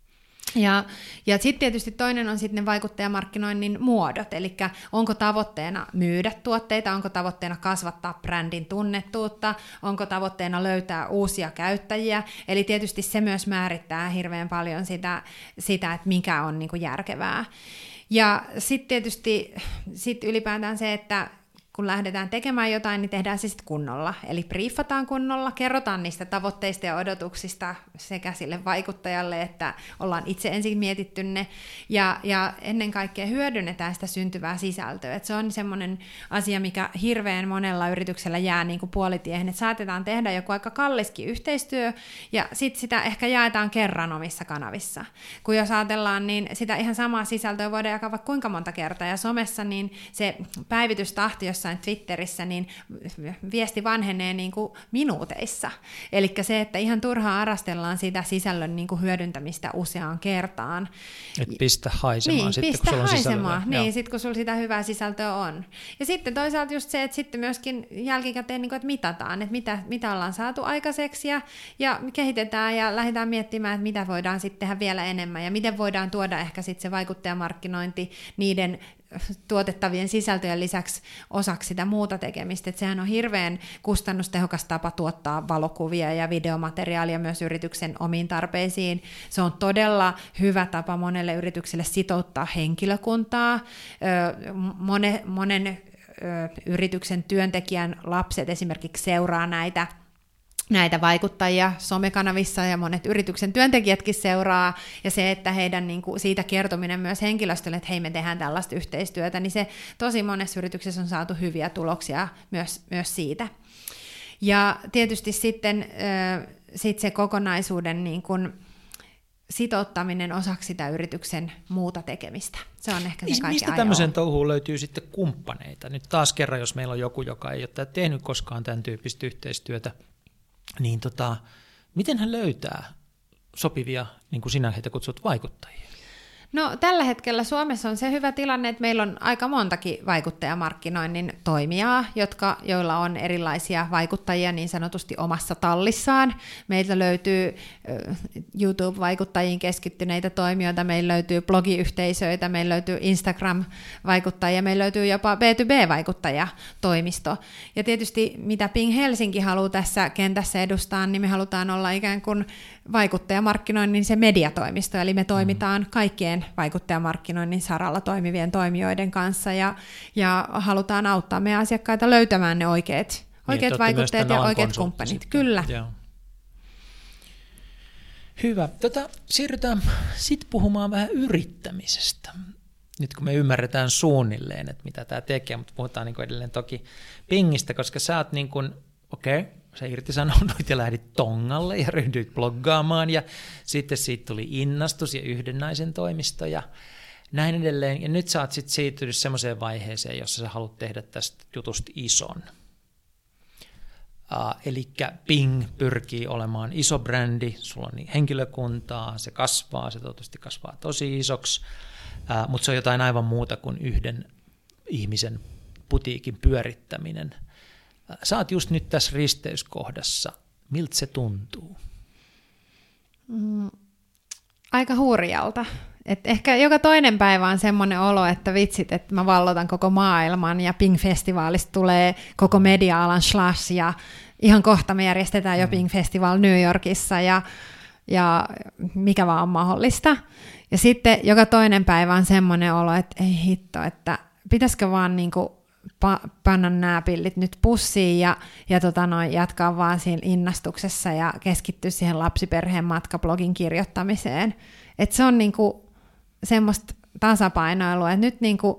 Ja, ja sitten tietysti toinen on sitten ne vaikuttajamarkkinoinnin muodot, eli onko tavoitteena myydä tuotteita, onko tavoitteena kasvattaa brändin tunnettuutta, onko tavoitteena löytää uusia käyttäjiä, eli tietysti se myös määrittää hirveän paljon sitä, sitä että mikä on niinku järkevää. Ja sitten tietysti sit ylipäätään se, että kun lähdetään tekemään jotain, niin tehdään se sitten kunnolla. Eli briefataan kunnolla, kerrotaan niistä tavoitteista ja odotuksista sekä sille vaikuttajalle, että ollaan itse ensin mietitty ne, ja, ja ennen kaikkea hyödynnetään sitä syntyvää sisältöä. Et se on semmoinen asia, mikä hirveän monella yrityksellä jää niin kuin puolitiehen, että saatetaan tehdä joku aika kalliskin yhteistyö, ja sitten sitä ehkä jaetaan kerran omissa kanavissa. Kun jos ajatellaan, niin sitä ihan samaa sisältöä voidaan jakaa vaikka kuinka monta kertaa, ja somessa niin se päivitystahti, jos Twitterissä, niin viesti vanhenee niin kuin minuuteissa. Eli se, että ihan turhaan arastellaan sitä sisällön niin kuin hyödyntämistä useaan kertaan. Et pistä haisemaan niin, sitten, pistä kun sulla haisemaan. on Niin, sitten kun sulla sitä hyvää sisältöä on. Ja sitten toisaalta just se, että sitten myöskin jälkikäteen, niin kuin, että mitataan, että mitä, mitä ollaan saatu aikaiseksi ja, ja kehitetään ja lähdetään miettimään, että mitä voidaan sitten tehdä vielä enemmän ja miten voidaan tuoda ehkä sitten se vaikuttajamarkkinointi niiden tuotettavien sisältöjen lisäksi osaksi sitä muuta tekemistä. Että sehän on hirveän kustannustehokas tapa tuottaa valokuvia ja videomateriaalia myös yrityksen omiin tarpeisiin. Se on todella hyvä tapa monelle yritykselle sitouttaa henkilökuntaa. Monen, monen yrityksen työntekijän lapset esimerkiksi seuraa näitä näitä vaikuttajia somekanavissa ja monet yrityksen työntekijätkin seuraa, ja se, että heidän niin kuin, siitä kertominen myös henkilöstölle, että hei, me tehdään tällaista yhteistyötä, niin se tosi monessa yrityksessä on saatu hyviä tuloksia myös, myös siitä. Ja tietysti sitten äh, sit se kokonaisuuden niin kuin, sitouttaminen osaksi sitä yrityksen muuta tekemistä. Se on ehkä se kaikki Mistä tämmöisen touhuun löytyy sitten kumppaneita? Nyt taas kerran, jos meillä on joku, joka ei ole tehnyt koskaan tämän tyyppistä yhteistyötä, niin tota, miten hän löytää sopivia, niin kuin sinä heitä kutsut, vaikuttajia? No tällä hetkellä Suomessa on se hyvä tilanne, että meillä on aika montakin vaikuttajamarkkinoinnin toimijaa, jotka, joilla on erilaisia vaikuttajia niin sanotusti omassa tallissaan. Meiltä löytyy YouTube-vaikuttajiin keskittyneitä toimijoita, meillä löytyy blogiyhteisöitä, meillä löytyy Instagram-vaikuttajia, meillä löytyy jopa B to B-vaikuttajatoimisto. Ja tietysti mitä Ping Helsinki haluaa tässä kentässä edustaa, niin me halutaan olla ikään kuin vaikuttajamarkkinoinnin se mediatoimisto, eli me toimitaan kaikkien vaikuttajamarkkinoinnin saralla toimivien toimijoiden kanssa ja, ja halutaan auttaa meidän asiakkaita löytämään ne oikeat, oikeat niin, vaikuttajat ja oikeat kumppanit. Sitten. Kyllä. Joo. Hyvä. Tota, siirrytään sitten puhumaan vähän yrittämisestä. Nyt kun me ymmärretään suunnilleen, että mitä tämä tekee, mutta puhutaan niin kuin edelleen toki Pingistä, koska sä oot niin kuin, okei, okay, sä irtisanouduit ja lähdit tongalle ja ryhdyit bloggaamaan ja sitten siitä tuli innastus ja yhden naisen toimisto ja näin edelleen. Ja nyt sä oot sitten siirtynyt semmoiseen vaiheeseen, jossa sä haluat tehdä tästä jutusta ison. Uh, eli Ping pyrkii olemaan iso brändi, sulla on niin henkilökuntaa, se kasvaa, se toivottavasti kasvaa tosi isoksi, uh, mutta se on jotain aivan muuta kuin yhden ihmisen putiikin pyörittäminen. Sä oot just nyt tässä risteyskohdassa. Miltä se tuntuu? Mm, aika hurjalta. Et ehkä joka toinen päivä on semmoinen olo, että vitsit, että mä vallotan koko maailman ja Pink-festivaalista tulee koko media-alan slash ja ihan kohta me järjestetään jo Pink-festival New Yorkissa ja, ja mikä vaan on mahdollista. Ja sitten joka toinen päivä on semmoinen olo, että ei hitto, että pitäisikö vaan niinku pa- panna nämä pillit nyt pussiin ja, ja tota noin, jatkaa vaan siinä innostuksessa ja keskittyä siihen lapsiperheen matkablogin kirjoittamiseen. Että se on niinku semmoista tasapainoilua, että nyt niinku,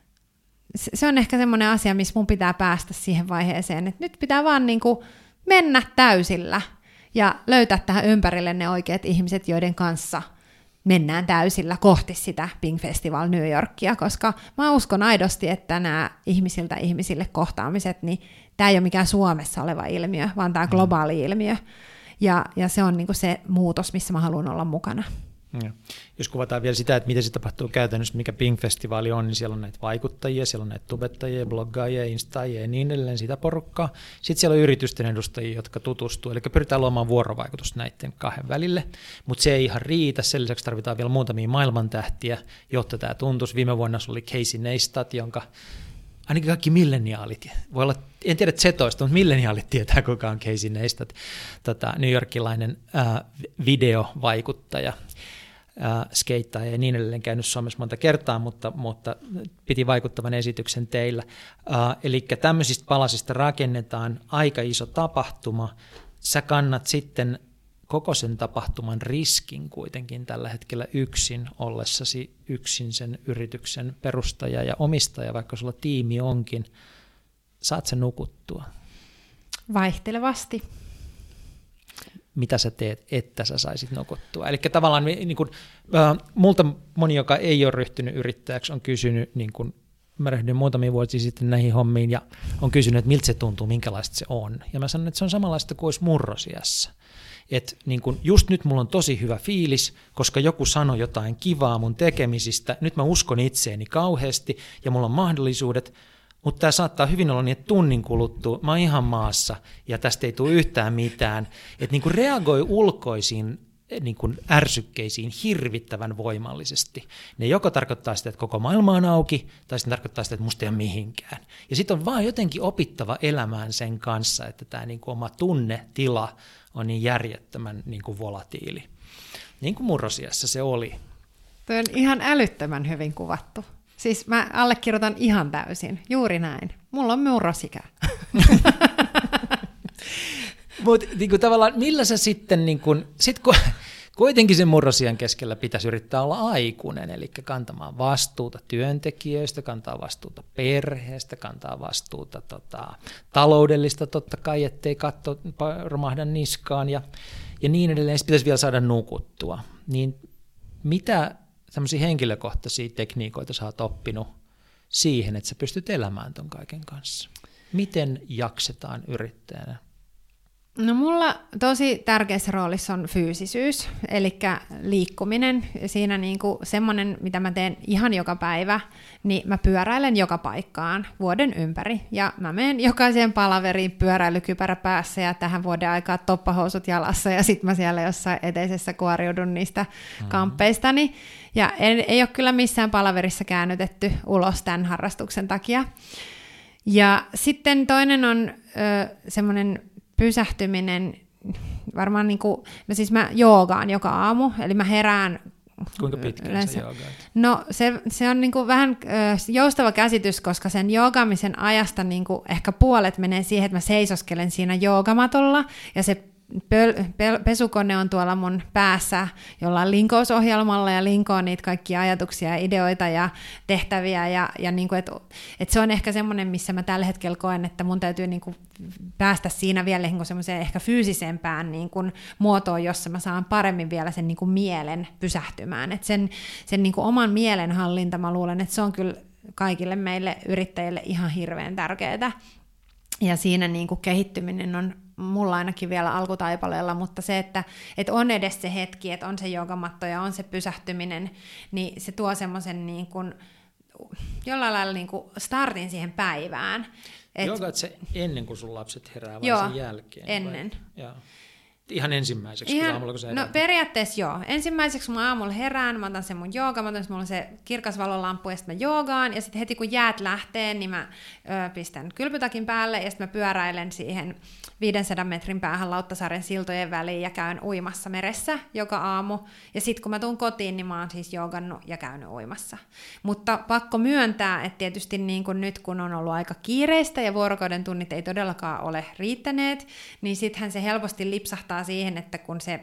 se on ehkä semmoinen asia, missä mun pitää päästä siihen vaiheeseen, että nyt pitää vaan niinku mennä täysillä ja löytää tähän ympärille ne oikeat ihmiset, joiden kanssa mennään täysillä kohti sitä Pink Festival New Yorkia, koska mä uskon aidosti, että nämä ihmisiltä ihmisille kohtaamiset, niin tämä ei ole mikään Suomessa oleva ilmiö, vaan tämä globaali ilmiö. Ja, ja se on niinku se muutos, missä mä haluan olla mukana. Ja. Jos kuvataan vielä sitä, että miten se tapahtuu käytännössä, mikä Pink-festivaali on, niin siellä on näitä vaikuttajia, siellä on näitä tubettajia, bloggaajia, instaajia ja niin edelleen, sitä porukkaa. Sitten siellä on yritysten edustajia, jotka tutustuu, eli pyritään luomaan vuorovaikutusta näiden kahden välille, mutta se ei ihan riitä, sen lisäksi tarvitaan vielä muutamia maailmantähtiä, jotta tämä tuntuisi. Viime vuonna se oli Casey Neistat, jonka ainakin kaikki milleniaalit, voi olla, en tiedä zetoista, mutta milleniaalit tietää, kuka on Casey Neistat, tota, New Yorkilainen ää, videovaikuttaja, ää, skeittaaja ja niin edelleen, käynyt Suomessa monta kertaa, mutta, mutta piti vaikuttavan esityksen teillä. Ää, eli tämmöisistä palasista rakennetaan aika iso tapahtuma, sä kannat sitten koko sen tapahtuman riskin kuitenkin tällä hetkellä yksin ollessasi yksin sen yrityksen perustaja ja omistaja, vaikka sulla tiimi onkin. Saat sen nukuttua? Vaihtelevasti. Mitä sä teet, että sä saisit nukuttua? Eli tavallaan niin kun, äh, multa moni, joka ei ole ryhtynyt yrittäjäksi, on kysynyt, niin kun, mä ryhdyin muutamia vuosia sitten näihin hommiin ja on kysynyt, että miltä se tuntuu, minkälaista se on. Ja mä sanon, että se on samanlaista kuin olisi murrosiässä. Että niin kun just nyt mulla on tosi hyvä fiilis, koska joku sanoi jotain kivaa mun tekemisistä, nyt mä uskon itseeni kauheasti ja mulla on mahdollisuudet, mutta tämä saattaa hyvin olla niin, että tunnin kuluttua mä oon ihan maassa ja tästä ei tule yhtään mitään. Että niin kun reagoi ulkoisiin niin kun ärsykkeisiin hirvittävän voimallisesti. Ne joko tarkoittaa sitä, että koko maailma on auki, tai sitten tarkoittaa sitä, että musta ei ole mihinkään. Ja sitten on vaan jotenkin opittava elämään sen kanssa, että tämä niin kun oma tunnetila on niin järjettömän niin kuin volatiili. Niin kuin murrosiässä se oli. Tuo on ihan älyttömän hyvin kuvattu. Siis mä allekirjoitan ihan täysin. Juuri näin. Mulla on murrosikä. Mutta niin tavallaan millä sä sitten, niin kun, sit kun, kuitenkin sen murrosiän keskellä pitäisi yrittää olla aikuinen, eli kantamaan vastuuta työntekijöistä, kantaa vastuuta perheestä, kantaa vastuuta tota, taloudellista totta kai, ettei katto romahda niskaan ja, ja niin edelleen. Sitten pitäisi vielä saada nukuttua. Niin mitä tämmöisiä henkilökohtaisia tekniikoita sä oot oppinut siihen, että sä pystyt elämään ton kaiken kanssa? Miten jaksetaan yrittäjänä? No mulla tosi tärkeässä roolissa on fyysisyys, eli liikkuminen. Siinä niinku semmoinen, mitä mä teen ihan joka päivä, niin mä pyöräilen joka paikkaan vuoden ympäri. Ja mä menen jokaiseen palaveriin pyöräilykypärä päässä ja tähän vuoden aikaa toppahousut jalassa ja sit mä siellä jossain eteisessä kuoriudun niistä mm-hmm. kamppeistani. Ja ei, ei ole kyllä missään palaverissa käännytetty ulos tämän harrastuksen takia. Ja sitten toinen on ö, semmoinen pysähtyminen, varmaan niin kuin, no siis mä joogaan joka aamu, eli mä herään. Kuinka pitkään sä joogaat? No se, se on niin kuin vähän ö, joustava käsitys, koska sen joogaamisen ajasta niin kuin ehkä puolet menee siihen, että mä seisoskelen siinä joogamatolla, ja se Pöl, pel, pesukone on tuolla mun päässä jollain linkousohjelmalla ja linkoon niitä kaikkia ajatuksia ja ideoita ja tehtäviä. Ja, ja niin kuin, et, et se on ehkä semmoinen, missä mä tällä hetkellä koen, että mun täytyy niin kuin päästä siinä vielä niin kuin semmoiseen ehkä fyysisempään niin kuin muotoon, jossa mä saan paremmin vielä sen niin kuin mielen pysähtymään. Et sen sen niin kuin oman mielenhallinta, mä luulen, että se on kyllä kaikille meille yrittäjille ihan hirveän tärkeää. Ja siinä niin kuin kehittyminen on mulla ainakin vielä alkutaipaleella, mutta se, että, että on edes se hetki, että on se joogamatto ja on se pysähtyminen, niin se tuo semmoisen niin kuin jollain lailla niin kuin startin siihen päivään. Et, Joogaat se ennen kuin sun lapset herää vai joo, sen jälkeen? Ennen. Vai? Joo. Ihan ensimmäiseksi Ihan, aamulla, kun sä no periaatteessa joo. Ensimmäiseksi kun mä aamulla herään, mä otan sen mun jooga, mä otan mulla on se kirkas valolamppu ja sitten mä joogaan, ja sitten heti kun jäät lähtee, niin mä ö, pistän kylpytakin päälle, ja sitten mä pyöräilen siihen viidensadan metrin päähän Lauttasaaren siltojen väliin ja käyn uimassa meressä joka aamu. Ja sitten kun mä tuun kotiin, niin mä oon siis joogannut ja käynyt uimassa. Mutta pakko myöntää, että tietysti niin kun nyt kun on ollut aika kiireistä ja vuorokauden tunnit ei todellakaan ole riittäneet, niin sittenhän se helposti lipsahtaa siihen, että kun se,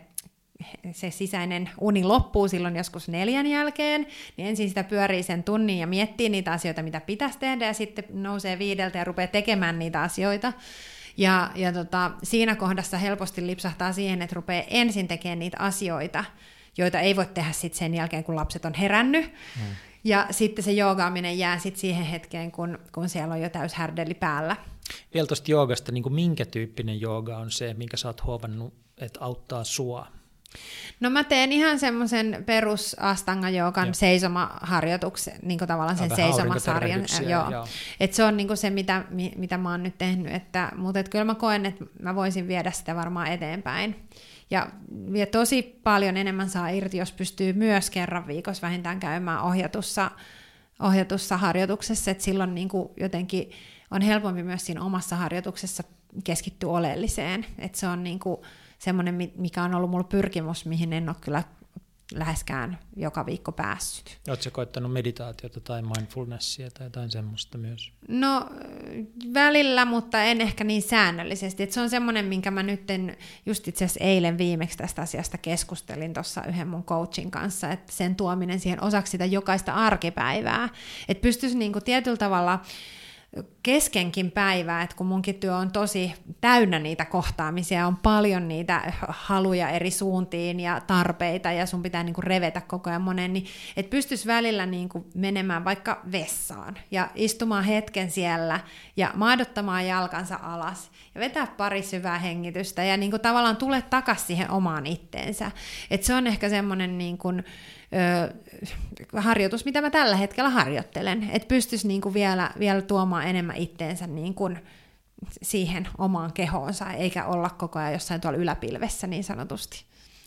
se sisäinen uni loppuu silloin joskus neljän jälkeen, niin ensin sitä pyörii sen tunnin ja miettii niitä asioita, mitä pitäisi tehdä, ja sitten nousee viideltä ja rupeaa tekemään niitä asioita. Ja, ja tota, siinä kohdassa helposti lipsahtaa siihen, että rupeaa ensin tekemään niitä asioita, joita ei voi tehdä sit sen jälkeen, kun lapset on herännyt. Mm. Ja sitten se joogaaminen jää sit siihen hetkeen, kun, kun siellä on jo täys härdelli päällä. Vielä tuosta joogasta, niin minkä tyyppinen jooga on se, minkä sä oot huomannut, että auttaa sua? No mä teen ihan semmoisen perus Astanga-joogan seisomaharjoituksen, niin kuin tavallaan sen seisomasarjan. Joo. Joo. Et se on niin kuin se, mitä, mitä mä oon nyt tehnyt, että, mutta et kyllä mä koen, että mä voisin viedä sitä varmaan eteenpäin. Ja, ja tosi paljon enemmän saa irti, jos pystyy myös kerran viikossa vähintään käymään ohjatussa, ohjatussa harjoituksessa, että silloin niin kuin jotenkin on helpompi myös siinä omassa harjoituksessa keskittyä oleelliseen, että se on niin kuin semmoinen, mikä on ollut mulla pyrkimys, mihin en ole kyllä läheskään joka viikko päässyt. Oletko koittanut meditaatiota tai mindfulnessia tai jotain semmoista myös? No välillä, mutta en ehkä niin säännöllisesti. Et se on semmoinen, minkä mä nyt just itse asiassa eilen viimeksi tästä asiasta keskustelin tuossa yhden mun coachin kanssa, että sen tuominen siihen osaksi sitä jokaista arkipäivää. Että pystyisi niinku tietyllä tavalla keskenkin päivää, että kun munkin työ on tosi täynnä niitä kohtaamisia, on paljon niitä haluja eri suuntiin ja tarpeita, ja sun pitää niinku revetä koko ajan monen, niin että pystyisi välillä niinku menemään vaikka vessaan ja istumaan hetken siellä ja maadottamaan jalkansa alas ja vetää pari syvää hengitystä ja niinku tavallaan tule takaisin siihen omaan itteensä. Että se on ehkä semmoinen niinku Öö, harjoitus, mitä mä tällä hetkellä harjoittelen, että pystyisi niinku vielä, vielä tuomaan enemmän itteensä niinku siihen omaan kehoonsa, eikä olla koko ajan jossain tuolla yläpilvessä niin sanotusti.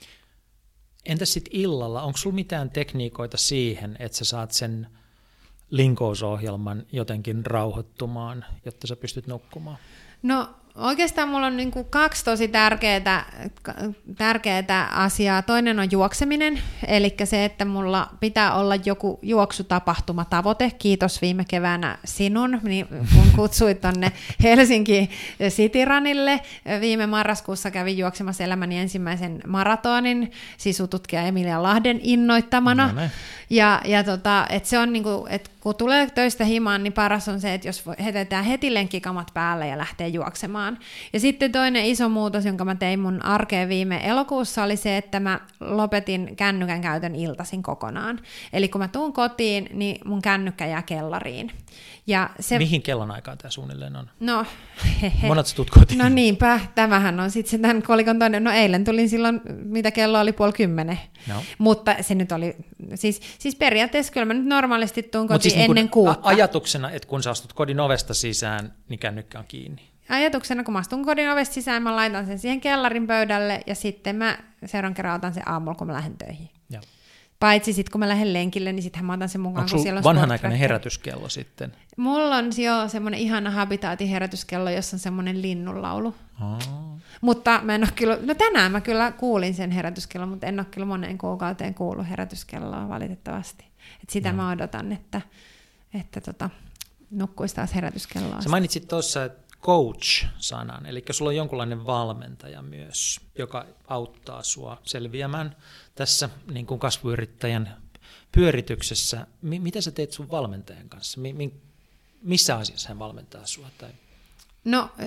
Entäs sitten illalla, onko sulla mitään tekniikoita siihen, että sä saat sen linkousohjelman jotenkin rauhoittumaan, jotta sä pystyt nukkumaan? No oikeastaan mulla on niinku kaksi tosi tärkeää, tärkeää asiaa. Toinen on juokseminen, eli se, että mulla pitää olla joku juoksutapahtuma tavoite. Kiitos viime keväänä sinun, niin kun kutsuit tonne Helsinki City Runille. Viime marraskuussa kävin juoksemassa elämäni ensimmäisen maratonin sisututkija Emilia Lahden innoittamana. No, ja, ja tota, et se on niinku, et kun tulee töistä himaan, niin paras on se, että jos hetetään heti lenkkikamat päälle ja lähtee juoksemaan. Ja sitten toinen iso muutos, jonka mä tein mun arkeen viime elokuussa, oli se, että mä lopetin kännykän käytön iltaisin kokonaan. Eli kun mä tuun kotiin, niin mun kännykkä jää kellariin. Ja se... Mihin kellonaikaan tämä suunnilleen on? No, hehe. Monet sä tuut kotiin? No niinpä, tämähän on sitten se tämän kolikon toinen. No eilen tulin silloin, mitä kello oli puoli kymmenen. No. Mutta se nyt oli, siis, siis periaatteessa kyllä mä nyt normaalisti tuun kotiin siis ennen niin kuutta. Ajatuksena, että kun sä astut kodin ovesta sisään, niin kännykkä on kiinni. Ajatuksena, kun mä astun kodin ovesta sisään, mä laitan sen siihen kellarin pöydälle ja sitten mä seuraavan kerran otan sen aamulla, kun mä lähden töihin. Joo. Paitsi sitten, kun mä lähden lenkille, niin sittenhän mä otan sen mukaan, kun siellä on vanhanaikainen herätyskello sitten? Mulla on jo semmoinen ihana Habitaatin herätyskello, jossa on semmoinen linnunlaulu. Oh. Mutta mä en ole kyllä, no tänään mä kyllä kuulin sen herätyskellon, mutta en ole kyllä moneen kuukauteen kuullut herätyskelloa valitettavasti. Et sitä no. mä odotan, että, että tota, nukkuisi taas herätyskelloa. Sä mainitsit tuossa coach-sanan, eli sulla on jonkunlainen valmentaja myös, joka auttaa sua selviämään tässä niin kuin kasvuyrittäjän pyörityksessä. M- mitä sä teet sun valmentajan kanssa? Mi- mi- missä asiassa hän valmentaa sua? Tai? No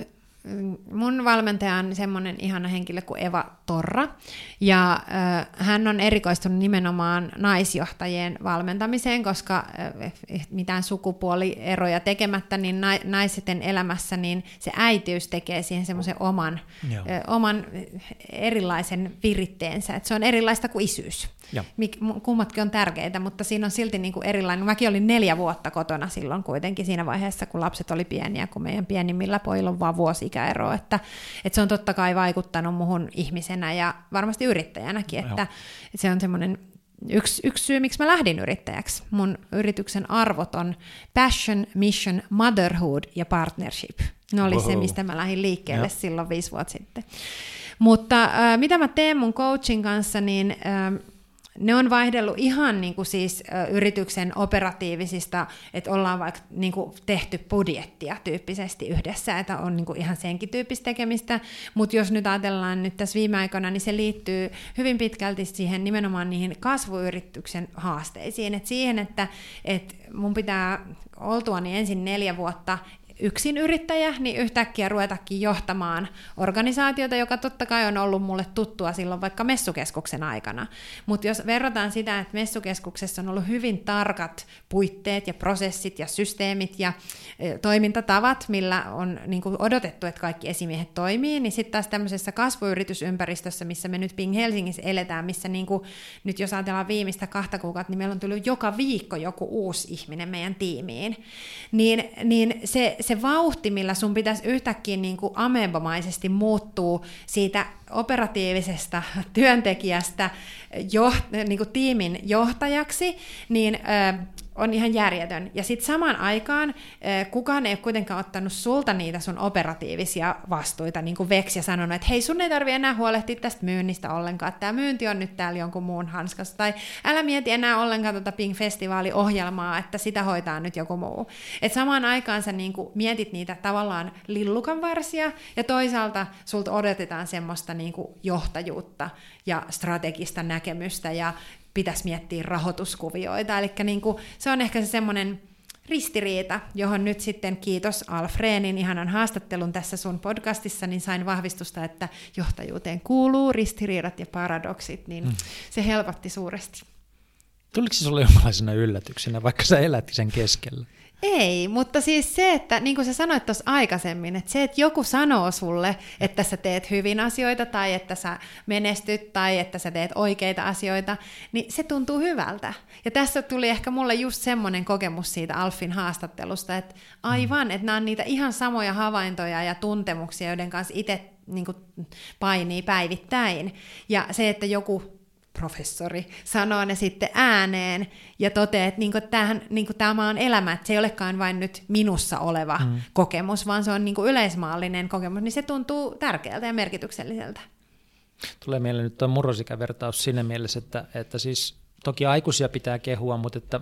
mun valmentaja on semmoinen ihana henkilö kuin Eva Torra, ja äh, hän on erikoistunut nimenomaan naisjohtajien valmentamiseen, koska äh, mitään sukupuolieroja tekemättä, niin na- naisten elämässä niin se äitiys tekee siihen semmoisen oman, äh, oman erilaisen viritteensä, että se on erilaista kuin isyys. Mik, kummatkin on tärkeitä, mutta siinä on silti niin kuin erilainen. Mäkin olin neljä vuotta kotona silloin kuitenkin siinä vaiheessa, kun lapset oli pieniä, kun meidän pienimmillä pojilla on vaan vuosi ikäero, että, että se on totta kai vaikuttanut muhun ihmisenä ja varmasti yrittäjänäkin, että, että se on semmoinen yksi, yksi syy, miksi mä lähdin yrittäjäksi. Mun yrityksen arvot on passion, mission, motherhood ja partnership. Ne oli Oho. se, mistä mä lähdin liikkeelle ja. silloin viisi vuotta sitten. Mutta äh, mitä mä teen mun coachin kanssa, niin äh, ne on vaihdellut ihan niin kuin siis ä, yrityksen operatiivisista, että ollaan vaikka niin kuin tehty budjettia tyyppisesti yhdessä, että on niin kuin ihan senkin tyyppistä tekemistä, mutta jos nyt ajatellaan nyt tässä viime aikoina, niin se liittyy hyvin pitkälti siihen nimenomaan niihin kasvuyrityksen haasteisiin, että siihen, että, että mun pitää oltuani ensin neljä vuotta yksin yrittäjä, niin yhtäkkiä ruvetakin johtamaan organisaatiota, joka totta kai on ollut mulle tuttua silloin vaikka messukeskuksen aikana. Mutta jos verrataan sitä, että messukeskuksessa on ollut hyvin tarkat puitteet ja prosessit ja systeemit ja e, toimintatavat, millä on niin kuin odotettu, että kaikki esimiehet toimii, niin sitten taas tämmöisessä kasvuyritysympäristössä, missä me nyt Ping Helsingissä eletään, missä niin kuin, nyt jos ajatellaan viimeistä kahta kuukautta, niin meillä on tullut joka viikko joku uusi ihminen meidän tiimiin, niin, niin se se vauhti, millä sun pitäisi yhtäkkiä niin kuin amebamaisesti muuttuu siitä operatiivisesta työntekijästä jo, niin kuin tiimin johtajaksi, niin ö, on ihan järjetön. Ja sitten samaan aikaan ö, kukaan ei ole kuitenkaan ottanut sulta niitä sun operatiivisia vastuita niin kuin veksi ja sanonut, että hei, sun ei tarvitse enää huolehtia tästä myynnistä ollenkaan, että tämä myynti on nyt täällä jonkun muun hanskassa, tai älä mieti enää ollenkaan tuota Ping-festivaaliohjelmaa, että sitä hoitaa nyt joku muu. Et samaan aikaan sä niin kuin mietit niitä tavallaan lillukanvarsia, ja toisaalta sulta odotetaan semmoista niin kuin johtajuutta ja strategista näkemystä, ja pitäisi miettiä rahoituskuvioita. Eli niin kuin, se on ehkä se semmoinen ristiriita, johon nyt sitten kiitos Alfreenin ihanan haastattelun tässä sun podcastissa, niin sain vahvistusta, että johtajuuteen kuuluu ristiriidat ja paradoksit, niin mm. se helpotti suuresti. Tuliko se sulle jonkinlaisena yllätyksenä, vaikka sä elät sen keskellä? Ei, mutta siis se, että niin kuin sä sanoit tuossa aikaisemmin, että se, että joku sanoo sulle, että sä teet hyvin asioita tai että sä menestyt tai että sä teet oikeita asioita, niin se tuntuu hyvältä. Ja tässä tuli ehkä mulle just semmoinen kokemus siitä Alfin haastattelusta, että aivan, että nämä on niitä ihan samoja havaintoja ja tuntemuksia, joiden kanssa itse niin kuin painii päivittäin. Ja se, että joku professori sanoo ne sitten ääneen ja toteaa, että niinku tämähän, niinku tämä on elämä, että se ei olekaan vain nyt minussa oleva mm. kokemus, vaan se on niinku yleismaallinen kokemus, niin se tuntuu tärkeältä ja merkitykselliseltä. Tulee mieleen nyt tuo murrosikävertaus siinä mielessä, että, että siis toki aikuisia pitää kehua, mutta että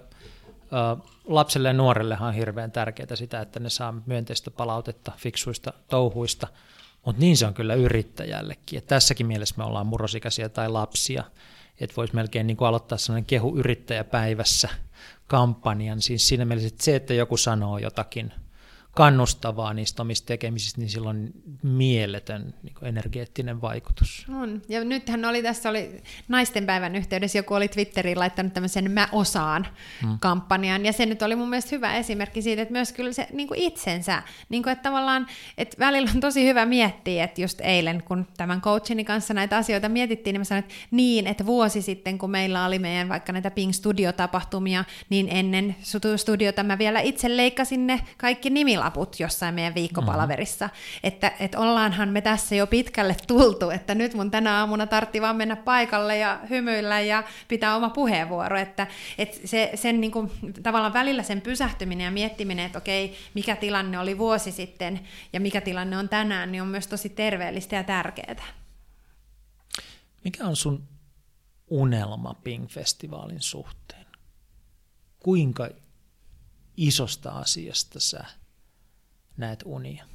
ä, lapselle ja nuorellehan on hirveän tärkeää sitä, että ne saa myönteistä palautetta fiksuista touhuista, mutta niin se on kyllä yrittäjällekin. Et tässäkin mielessä me ollaan murrosikäisiä tai lapsia, että voisi melkein niin kuin aloittaa sellainen kehu yrittäjäpäivässä kampanjan. Siis siinä mielessä, että se, että joku sanoo jotakin kannustavaa niistä omista tekemisistä, niin sillä on mieletön niin kuin energeettinen vaikutus. On. Ja nythän oli tässä oli naistenpäivän yhteydessä, joku oli Twitteriin laittanut tämmöisen mä osaan hmm. kampanjan, ja se nyt oli mun mielestä hyvä esimerkki siitä, että myös kyllä se niin kuin itsensä, niin kuin, että tavallaan, että välillä on tosi hyvä miettiä, että just eilen, kun tämän coachini kanssa näitä asioita mietittiin, niin mä sanoin, että niin, että vuosi sitten, kun meillä oli meidän vaikka näitä Ping Studio-tapahtumia, niin ennen studiota mä vielä itse leikkasin ne kaikki nimilaput jossain meidän viikkopalaverissa, mm-hmm. että, että ollaanhan me tässä jo pitkälle tultu, että nyt mun tänä aamuna tartti vaan mennä paikalle ja hymyillä ja pitää oma puheenvuoro, että, että se, sen niin kuin, tavallaan välillä sen pysähtyminen ja miettiminen, että okei, mikä tilanne oli vuosi sitten ja mikä tilanne on tänään, niin on myös tosi terveellistä ja tärkeää. Mikä on sun unelma Ping-festivaalin suhteen? Kuinka isosta asiasta sä näet unia?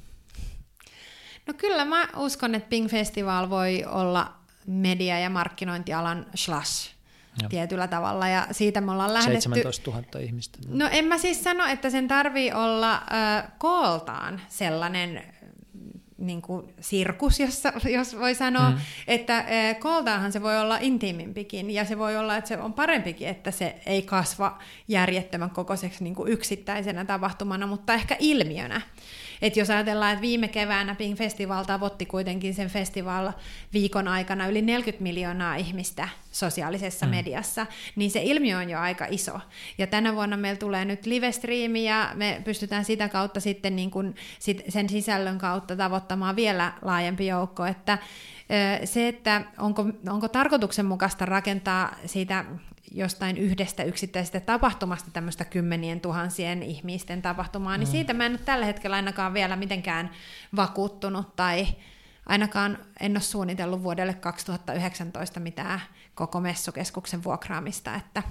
No kyllä mä uskon, että Ping Festival voi olla media- ja markkinointialan slash ja. Tietyllä tavalla, ja siitä me ollaan lähdetty... seitsemäntoistatuhatta ihmistä. No en mä siis sano, että sen tarvii olla äh, kooltaan sellainen niin kuin sirkus, jos, jos voi sanoa, mm. että kooltaanhan se voi olla intiimimpikin, ja se voi olla, että se on parempikin, että se ei kasva järjettömän kokoiseksi niin kuin yksittäisenä tapahtumana, mutta ehkä ilmiönä. Et jos ajatellaan, että viime keväänä Ping Festival tavoitti kuitenkin sen festival-viikon aikana yli neljäkymmentä miljoonaa ihmistä sosiaalisessa mm. mediassa, niin se ilmiö on jo aika iso. Ja tänä vuonna meillä tulee nyt live-striimi, ja me pystytään sitä kautta sitten niin kuin sit sen sisällön kautta tavoittamaan vielä laajempi joukko. Että se, että onko, onko tarkoituksenmukaista rakentaa siitä jostain yhdestä yksittäisestä tapahtumasta tämmöistä kymmenien tuhansien ihmisten tapahtumaa, niin mm. siitä mä en ole tällä hetkellä ainakaan vielä mitenkään vakuuttunut, tai ainakaan en ole suunnitellut vuodelle kaksituhattayhdeksäntoista mitään koko messukeskuksen vuokraamista. Että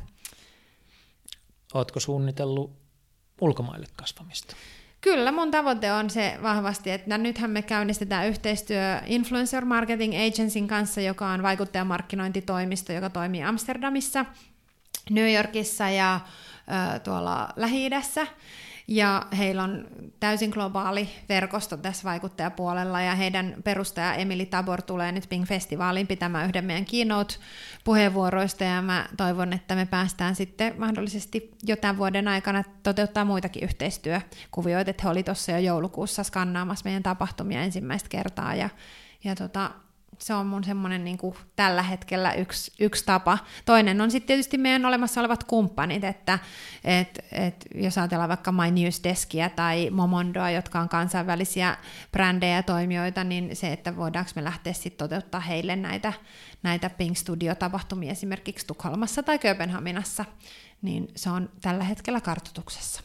ootko suunnitellut ulkomaille kasvamista? Kyllä, mun tavoite on se vahvasti, että nythän me käynnistetään yhteistyö Influencer Marketing Agencyn kanssa, joka on vaikuttajamarkkinointitoimisto, joka toimii Amsterdamissa, New Yorkissa ja äh, tuolla Lähi-idässä. Ja heillä on täysin globaali verkosto tässä vaikuttajapuolella, ja heidän perustaja Emily Tabor tulee nyt Ping-festivaaliin pitämään yhden meidän keynote-puheenvuoroista, ja mä toivon, että me päästään sitten mahdollisesti jo tämän vuoden aikana toteuttaa muitakin yhteistyökuvioita, että he oli tuossa jo joulukuussa skannaamassa meidän tapahtumia ensimmäistä kertaa, ja, ja tota, se on mun semmoinen niin kuin tällä hetkellä yksi, yksi tapa. Toinen on sitten tietysti meidän olemassa olevat kumppanit, että et, et jos ajatellaan vaikka My Newsdeskia tai Momondoa, jotka on kansainvälisiä brändejä ja toimijoita, niin se, että voidaanko me lähteä sitten toteuttaa heille näitä, näitä Ping Studio-tapahtumia esimerkiksi Tukholmassa tai Kööpenhaminassa, niin se on tällä hetkellä kartoituksessa.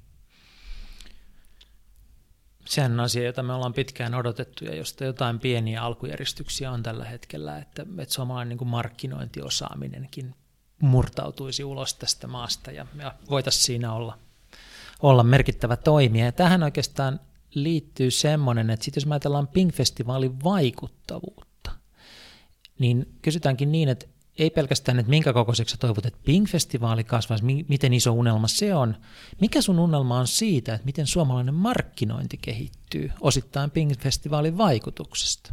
Sehän on asia, jota me ollaan pitkään odotettu, ja josta jotain pieniä alkujärjestyksiä on tällä hetkellä, että, että suomalainen niin kuin markkinointiosaaminenkin murtautuisi ulos tästä maasta, ja, ja voitaisiin siinä olla, olla merkittävä toimija. Ja tähän oikeastaan liittyy semmoinen, että sit jos me ajatellaan Ping-festivaalin vaikuttavuutta, niin kysytäänkin niin, että ei pelkästään, että minkä kokoiseksi sä toivot, että Ping-festivaali kasvaisi, miten iso unelma se on. Mikä sun unelma on siitä, että miten suomalainen markkinointi kehittyy osittain Ping-festivaalin vaikutuksesta?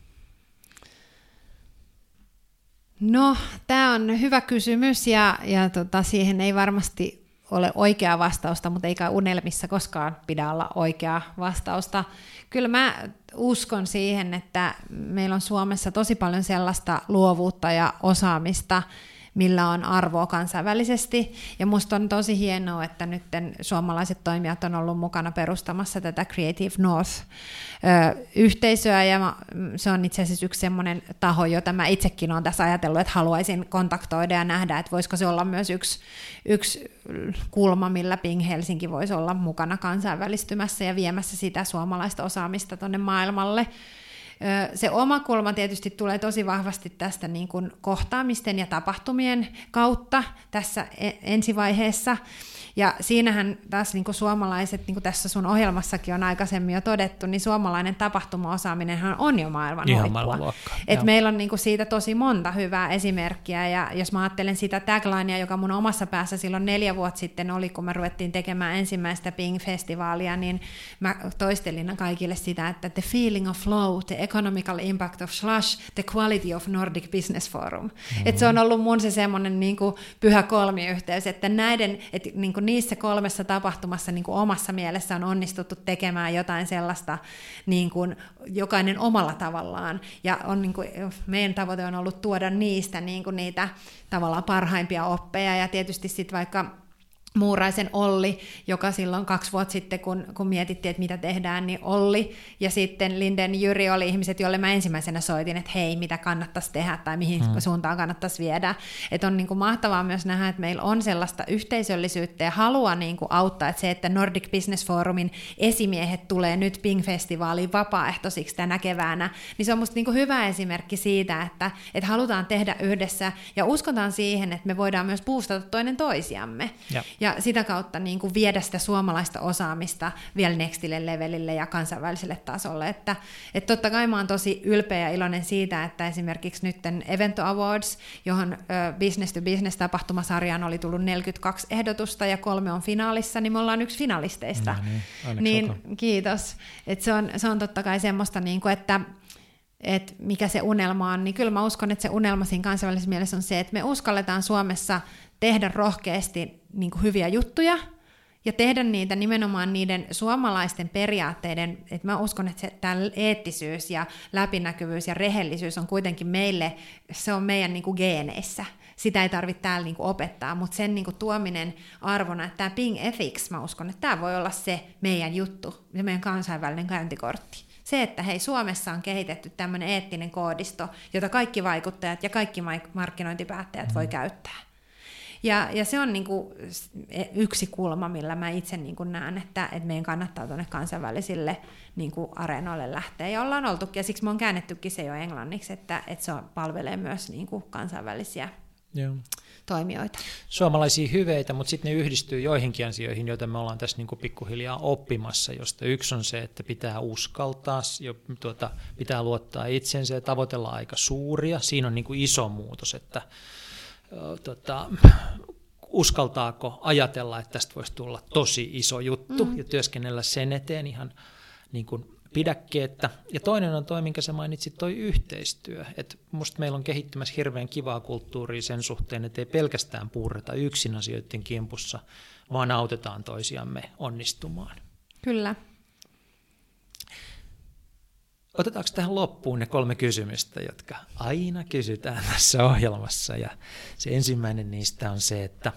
No, tämä on hyvä kysymys, ja, ja tota, siihen ei varmasti ole oikeaa vastausta, mutta eikä unelmissa koskaan pidä olla oikeaa vastausta. Kyllä mä uskon siihen, että meillä on Suomessa tosi paljon sellaista luovuutta ja osaamista, millä on arvoa kansainvälisesti. Ja musta on tosi hienoa, että nyt suomalaiset toimijat on ollut mukana perustamassa tätä Creative North-yhteisöä, ja se on itse asiassa yksi semmoinen taho, jota mä itsekin olen tässä ajatellut, että haluaisin kontaktoida ja nähdä, että voisiko se olla myös yksi, yksi kulma, millä Ping Helsinki voisi olla mukana kansainvälistymässä ja viemässä sitä suomalaista osaamista tuonne maailmalle. Se oma kulma tietysti tulee tosi vahvasti tästä niin kuin kohtaamisten ja tapahtumien kautta tässä ensivaiheessa. Ja siinähän taas niin kuin suomalaiset, niin kuin tässä sun ohjelmassakin on aikaisemmin jo todettu, niin suomalainen tapahtumaosaaminenhan on jo maailman huippua. Et meillä on niin kuin siitä tosi monta hyvää esimerkkiä, ja jos mä ajattelen sitä taglinea, joka mun omassa päässä silloin neljä vuotta sitten oli, kun me ruvettiin tekemään ensimmäistä Ping-festivaalia, niin mä toistelin kaikille sitä, että the feeling of flow, the economical impact of Slush, the quality of Nordic Business Forum. Mm-hmm. Et se on ollut mun se semmoinen niin kuin pyhä kolmiyhteys, että näiden, että niin kuin niissä kolmessa tapahtumassa niin kuin omassa mielessä on onnistuttu tekemään jotain sellaista niin kuin jokainen omalla tavallaan, ja on niin kuin, meidän tavoite on ollut tuoda niistä niin kuin niitä tavallaan parhaimpia oppeja, ja tietysti sitten vaikka Muuraisen Olli, joka silloin kaksi vuotta sitten, kun, kun mietittiin, että mitä tehdään, niin Olli ja sitten Linden Jyri oli ihmiset, joille mä ensimmäisenä soitin, että hei, mitä kannattaisi tehdä tai mihin hmm. suuntaan kannattaisi viedä. Että on niin kuin mahtavaa myös nähdä, että meillä on sellaista yhteisöllisyyttä ja halua niin kuin auttaa, että se, että Nordic Business Forumin esimiehet tulee nyt Ping-festivaaliin vapaaehtoisiksi tänä keväänä, niin se on musta niin kuin hyvä esimerkki siitä, että, että halutaan tehdä yhdessä ja uskotaan siihen, että me voidaan myös boostata toinen toisiamme. Ja. ja sitä kautta niin kuin viedä sitä suomalaista osaamista vielä nextille levelille ja kansainväliselle tasolle. Että, että totta kai mä oon tosi ylpeä ja iloinen siitä, että esimerkiksi nyt Evento Awards, johon Business to Business -tapahtumasarjaan oli tullut neljäkymmentäkaksi ehdotusta ja kolme on finaalissa, niin me ollaan yksi finalisteista. No niin, niin, kiitos. Et se, on, se on totta kai semmoista, niin kuin, että et mikä se unelma on, niin kyllä mä uskon, että se unelma siinä kansainvälisessä mielessä on se, että me uskalletaan Suomessa tehdä rohkeasti niin kuin hyviä juttuja, ja tehdä niitä nimenomaan niiden suomalaisten periaatteiden, että mä uskon, että se, tämä eettisyys ja läpinäkyvyys ja rehellisyys on kuitenkin meille, se on meidän niin kuin geeneissä. Sitä ei tarvitse täällä niin kuin opettaa, mutta sen niin kuin tuominen arvona, että tämä Ping Ethics, mä uskon, että tämä voi olla se meidän juttu, se meidän kansainvälinen käyntikortti. Se, että hei, Suomessa on kehitetty tämmöinen eettinen koodisto, jota kaikki vaikuttajat ja kaikki markkinointipäättäjät mm. voi käyttää. Ja, ja se on niin kuin yksi kulma, millä mä itse niin kuin näen, että, että meidän kannattaa tuonne kansainvälisille niin kuin areenoille lähteä. Ja ollaan oltukin, ja siksi me on käännettykin se jo englanniksi, että, että se palvelee myös niin kuin kansainvälisiä Joo. toimijoita. Suomalaisia hyveitä, mutta sitten ne yhdistyy joihinkin asioihin, joita me ollaan tässä niin kuin pikkuhiljaa oppimassa, josta yksi on se, että pitää uskaltaa, jo, tuota, pitää luottaa itsensä ja tavoitella aika suuria. Siinä on niin kuin iso muutos, että Tota, uskaltaako ajatella, että tästä voisi tulla tosi iso juttu mm. ja työskennellä sen eteen ihan niin kuin pidäkkeettä. Ja toinen on toi, minkä sä mainitsit, toi yhteistyö. Et musta meillä on kehittymässä hirveän kivaa kulttuuria sen suhteen, että ei pelkästään puurreta yksin asioiden kimpussa, vaan autetaan toisiamme onnistumaan. Kyllä. Otetaanko tähän loppuun ne kolme kysymystä, jotka aina kysytään tässä ohjelmassa. Ja se ensimmäinen niistä on se, että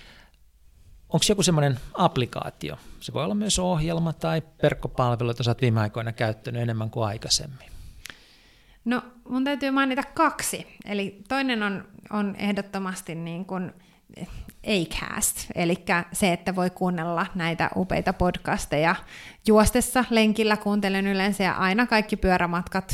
onko joku semmoinen applikaatio, se voi olla myös ohjelma tai verkkopalvelu, jota sä oot viime aikoina käyttänyt enemmän kuin aikaisemmin? No mun täytyy mainita kaksi. Eli toinen on, on ehdottomasti niin kuin Acast, eli se, että voi kuunnella näitä upeita podcasteja juostessa, lenkillä kuuntelen yleensä, ja aina kaikki pyörämatkat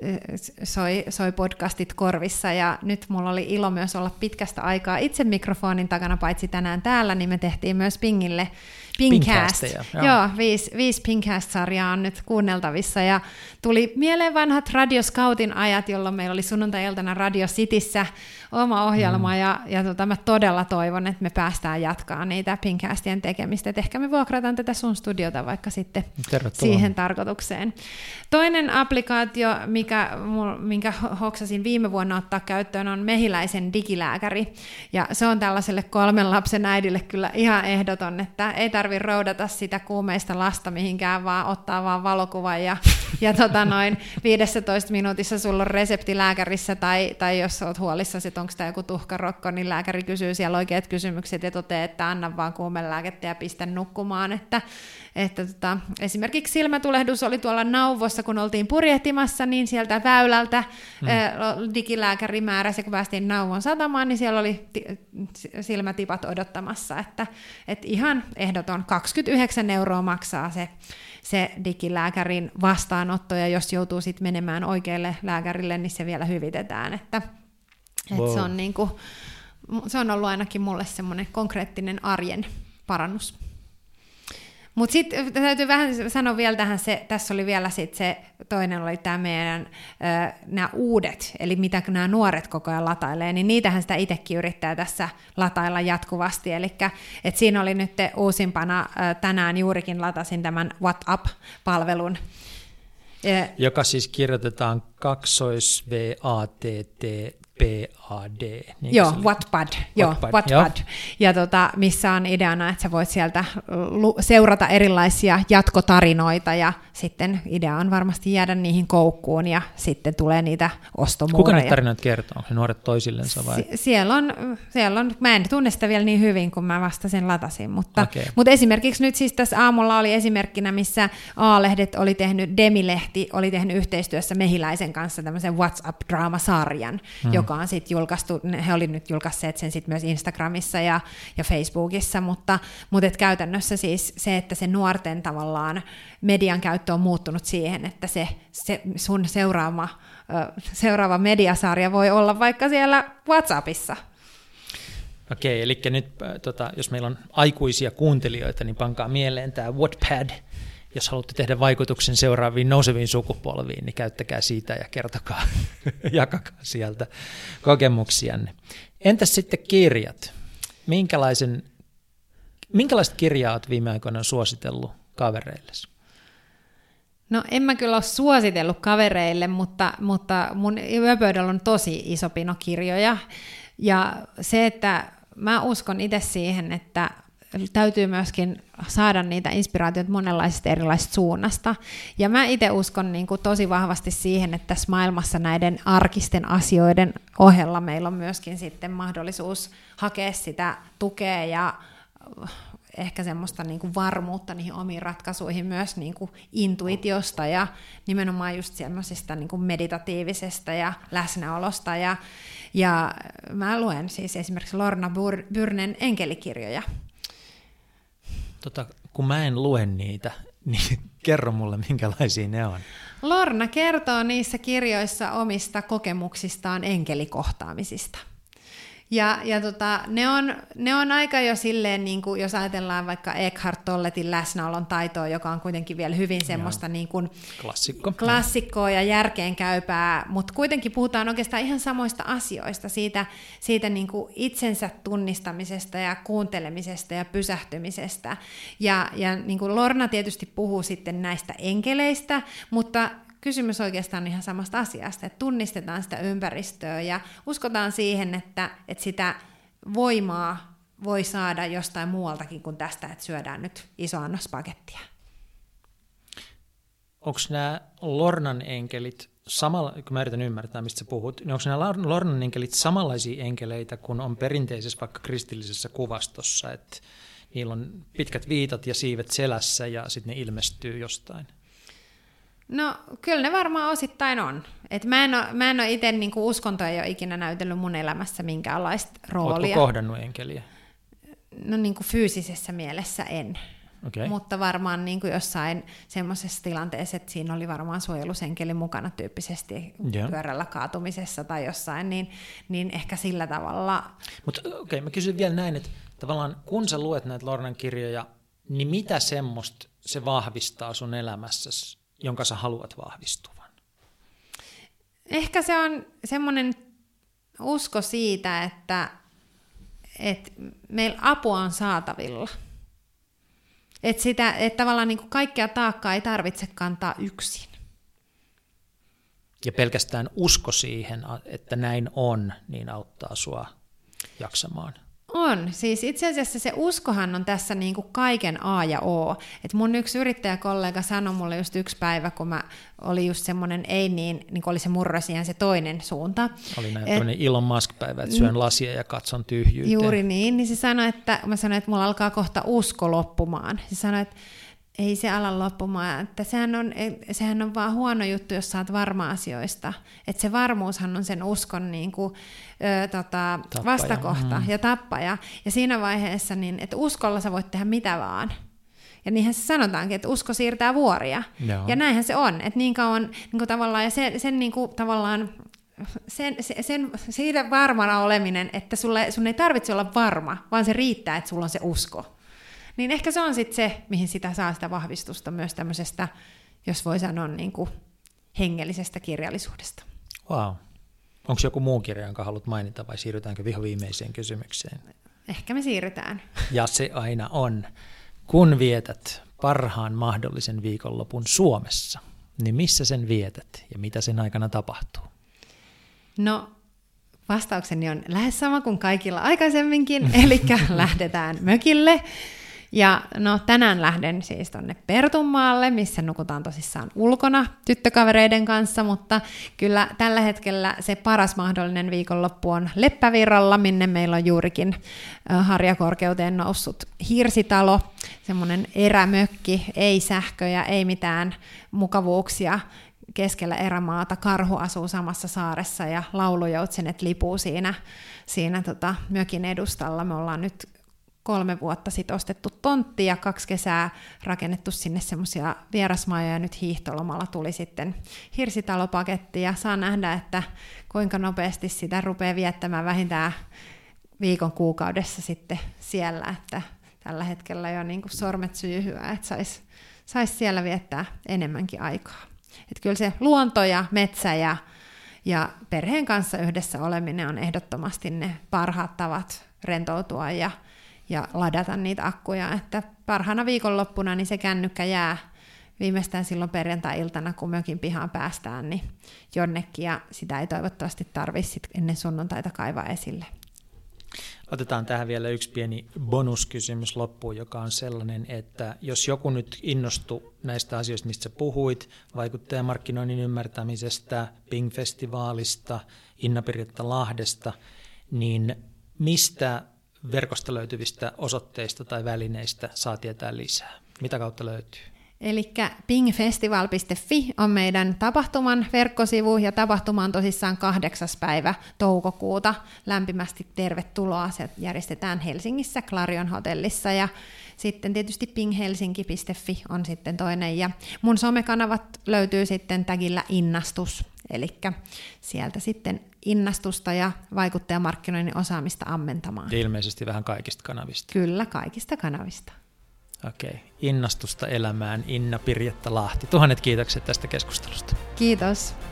soi, soi podcastit korvissa, ja nyt mulla oli ilo myös olla pitkästä aikaa itse mikrofonin takana, paitsi tänään täällä, niin me tehtiin myös Pingille Pingcast. Joo, joo viisi, viisi Pingcast-sarjaa on nyt kuunneltavissa, ja tuli mieleen vanhat Radio Scoutin ajat, jolloin meillä oli sunnuntai-iltana Radio Cityssä oma ohjelma, mm. ja, ja tota, mä todella toivon, että me päästään jatkaa niitä Pingcastien tekemistä, että ehkä me vuokrataan tätä sun studiota vaikka sitten Tervetuloa. Siihen tarkoitukseen. Toinen applikaatio, mikä, minkä hoksasin viime vuonna ottaa käyttöön, on Mehiläisen digilääkäri, ja se on tällaiselle kolmen lapsen äidille kyllä ihan ehdoton, että ei tarvitse roudata sitä kuumeista lasta mihinkään, vaan ottaa vaan valokuvan, ja, ja tota noin viidessätoista minuutissa sulla on resepti lääkärissä, tai, tai jos olet huolissasi, että onko tämä joku tuhkarokko, niin lääkäri kysyy siellä oikeat kysymykset ja toteaa, että anna vaan kuumelääkettä ja pistä nukkumaan, että Että tota, esimerkiksi silmätulehdus oli tuolla Nauvossa, kun oltiin purjehtimassa, niin sieltä väylältä mm. ä, digilääkäri määräsi, kun päästiin Nauvon satamaan, niin siellä oli ti- silmätipat odottamassa, että et ihan ehdoton kaksikymmentäyhdeksän euroa maksaa se, se digilääkärin vastaanotto, ja jos joutuu sitten menemään oikealle lääkärille, niin se vielä hyvitetään, että et wow. se, on niinku, se on ollut ainakin mulle semmoinen konkreettinen arjen parannus. Mutta sitten täytyy vähän sanoa vielä tähän, se, tässä oli vielä sit se, toinen oli tämä meidän nämä uudet, eli mitä nämä nuoret koko ajan latailee, niin niitähän sitä itsekin yrittää tässä latailla jatkuvasti, eli et siinä oli nyt uusimpana tänään juurikin latasin tämän WhatsApp-palvelun. Joka siis kirjoitetaan kaksois V A T T P A D. Niin joo, Wattpad. Joo, Wattpad. Wattpad. Ja tota, missä on ideana, että sä voit sieltä seurata erilaisia jatkotarinoita, ja sitten idea on varmasti jäädä niihin koukkuun, ja sitten tulee niitä ostomuureja. Kuka niitä tarinoita kertoo? Onko ne nuoret toisillensa vai? Sie- siellä, on, siellä on, mä en tunne sitä vielä niin hyvin, kun mä vasta sen latasin, mutta, okay. mutta esimerkiksi nyt siis tässä aamulla oli esimerkkinä, missä A-lehdet oli tehnyt, Demilehti oli tehnyt yhteistyössä Mehiläisen kanssa tämmöisen WhatsApp-draamasarjan, hmm. joka on sitten julkaistu, he oli nyt julkaisseet sen sitten myös Instagramissa ja, ja Facebookissa, mutta, mutta et käytännössä siis se, että se nuorten tavallaan median käyttö on muuttunut siihen, että se, se sun seuraava, seuraava mediasarja voi olla vaikka siellä WhatsAppissa. Okei, eli nyt äh, tota, jos meillä on aikuisia kuuntelijoita, niin pankaa mieleen tämä Wattpad. Jos haluatte tehdä vaikutuksen seuraaviin nouseviin sukupolviin, niin käyttäkää siitä ja kertokaa, jakakaa sieltä kokemuksianne. Entäs sitten kirjat? Minkälaisen, minkälaista kirjaa olet viime aikoina suositellut kavereillesi? No en mä kyllä ole suositellut kavereille, mutta, mutta mun yöpöydällä on tosi iso pino kirjoja. Ja se, että mä uskon itse siihen, että täytyy myöskin saada niitä inspiraatioita monenlaisista erilaisista suunnasta. Ja mä itse uskon niin kuin tosi vahvasti siihen, että tässä maailmassa näiden arkisten asioiden ohella meillä on myöskin sitten mahdollisuus hakea sitä tukea ja ehkä semmoista niin kuin varmuutta niihin omiin ratkaisuihin myös niin kuin intuitiosta ja nimenomaan just semmoisesta niin kuin meditatiivisesta ja läsnäolosta. Ja, ja mä luen siis esimerkiksi Lorna Byrnen enkelikirjoja. Tota, kun mä en lue niitä, niin kerro mulle, minkälaisia ne on. Lorna kertoo niissä kirjoissa omista kokemuksistaan enkelikohtaamisista. Ja, ja tota, ne, on, ne on aika jo silleen, niin kuin, jos ajatellaan vaikka Eckhart Tolletin läsnäolon taitoa, joka on kuitenkin vielä hyvin semmoista niin kuin Klassikko. klassikkoa ja järkeenkäypää, mutta kuitenkin puhutaan oikeastaan ihan samoista asioista, siitä, siitä niin kuin itsensä tunnistamisesta ja kuuntelemisesta ja pysähtymisestä. Ja, ja niin kuin Lorna tietysti puhuu sitten näistä enkeleistä, mutta kysymys oikeastaan ihan samasta asiasta, että tunnistetaan sitä ympäristöä ja uskotaan siihen, että, että sitä voimaa voi saada jostain muualtakin kuin tästä, että syödään nyt iso annos pakettia. Onko nämä Lornan enkelit, samalla, kun mä yritän ymmärtää, mistä sä puhut, niin onko nämä Lornan enkelit samanlaisia enkeleitä kuin on perinteisessä vaikka kristillisessä kuvastossa, että niillä on pitkät viitat ja siivet selässä ja sitten ne ilmestyy jostain? No kyllä ne varmaan osittain on. Et mä en ole, mä en ole itse niinku uskontoa ei ole ikinä näytellyt mun elämässä minkäänlaista roolia. Oletko kohdannut enkeliä? No niinku fyysisessä mielessä en. Okay. Mutta varmaan niinku jossain semmoisessa tilanteessa, että siinä oli varmaan suojelusenkeli mukana tyyppisesti yeah. pyörällä kaatumisessa tai jossain, niin, niin ehkä sillä tavalla. Mutta okei, okay, mä kysyn vielä näin, että tavallaan kun sä luet näitä Lornan kirjoja, niin mitä semmoista se vahvistaa sun elämässäsi, jonka sä haluat vahvistuvan? Ehkä se on semmoinen usko siitä, että, että meillä apua on saatavilla. Että, sitä, että tavallaan niin kuin kaikkea taakkaa ei tarvitse kantaa yksin. Ja pelkästään usko siihen, että näin on, niin auttaa sua jaksamaan. On. Siis itse asiassa se uskohan on tässä niin kuin kaiken A ja O. Et mun yksi yrittäjäkollega sanoi mulle just yksi päivä, kun mä oli just semmoinen ei niin, niin kuin oli se murrosien se toinen suunta. Oli näin tämmöinen Elon Musk-päivä, että syön lasia ja katson tyhjyyteen. Juuri niin, niin se sanoi, että mä sanoin, että mulla alkaa kohta usko loppumaan. Se sanoi, että ei se ala loppumaan, että sehän on, sehän on vaan huono juttu, jos sä oot varma asioista. Että se varmuushan on sen uskon niin kuin, ö, tota, vastakohta mm. ja tappaja. Ja siinä vaiheessa, niin, että uskolla sä voit tehdä mitä vaan. Ja niinhän se sanotaankin, että usko siirtää vuoria. Joo. Ja näinhän se on. Että niin kauan, niin kuin tavallaan, ja sen, sen niin kuin, tavallaan, sen, sen, siitä varmana oleminen, että sulle, sun ei tarvitse olla varma, vaan se riittää, että sulla on se usko. Niin ehkä se on sitten se, mihin sitä saa sitä vahvistusta myös tämmöisestä, jos voi sanoa niin kuin hengellisestä kirjallisuudesta. Wow. Onko joku muu kirja, jonka haluat mainita, vai siirrytäänkö vihoviimeiseen kysymykseen? Ehkä me siirrytään. Ja se aina on. Kun vietät parhaan mahdollisen viikonlopun Suomessa, niin missä sen vietät ja mitä sen aikana tapahtuu? No, vastaukseni on lähes sama kuin kaikilla aikaisemminkin, eli lähdetään mökille. Ja no tänään lähden siis tonne Pertunmaalle, missä nukutaan tosissaan ulkona tyttökavereiden kanssa, mutta kyllä tällä hetkellä se paras mahdollinen viikonloppu on Leppävirralla, minne meillä on juurikin harjakorkeuteen noussut hirsitalo, semmoinen erämökki, ei sähköjä, ei mitään mukavuuksia keskellä erämaata. Karhu asuu samassa saaressa ja laulujoutsenet lipuu siinä, siinä tota mökin edustalla. Me ollaan nyt kolme vuotta sitten ostettu tontti ja kaksi kesää rakennettu sinne semmoisia vierasmajoja ja nyt hiihtolomalla tuli sitten hirsitalopaketti ja saa nähdä, että kuinka nopeasti sitä rupeaa viettämään vähintään viikon kuukaudessa sitten siellä, että tällä hetkellä jo niin kuin sormet syyhyä, että saisi sais siellä viettää enemmänkin aikaa. Että kyllä se luonto ja metsä ja, ja perheen kanssa yhdessä oleminen on ehdottomasti ne parhaat tavat rentoutua ja, ja ladata niitä akkuja, että parhaana viikonloppuna niin se kännykkä jää viimeistään silloin perjantai-iltana, kun mökin pihaan päästään, niin jonnekin, ja sitä ei toivottavasti tarvitse ennen sunnuntaita kaivaa esille. Otetaan tähän vielä yksi pieni bonuskysymys loppuun, joka on sellainen, että jos joku nyt innostui näistä asioista, mistä sä puhuit, vaikuttajamarkkinoinnin ymmärtämisestä, Ping-festivaalista, Inna-Pirjetta Lahdesta, niin mistä verkosta löytyvistä osoitteista tai välineistä saa tietää lisää? Mitä kautta löytyy? Eli pingfestival piste fi on meidän tapahtuman verkkosivu, ja tapahtuma on tosissaan kahdeksas päivä toukokuuta. Lämpimästi tervetuloa. Se järjestetään Helsingissä Clarion hotellissa, ja sitten tietysti pinghelsinki piste fi on sitten toinen. Ja mun somekanavat löytyy sitten tagillä innastus, eli sieltä sitten innastusta ja vaikuttajamarkkinoinnin osaamista ammentamaan. Ja ilmeisesti vähän kaikista kanavista. Kyllä, kaikista kanavista. Okei, innostusta elämään, Inna-Pirjetta Lahti. Tuhannet kiitokset tästä keskustelusta. Kiitos.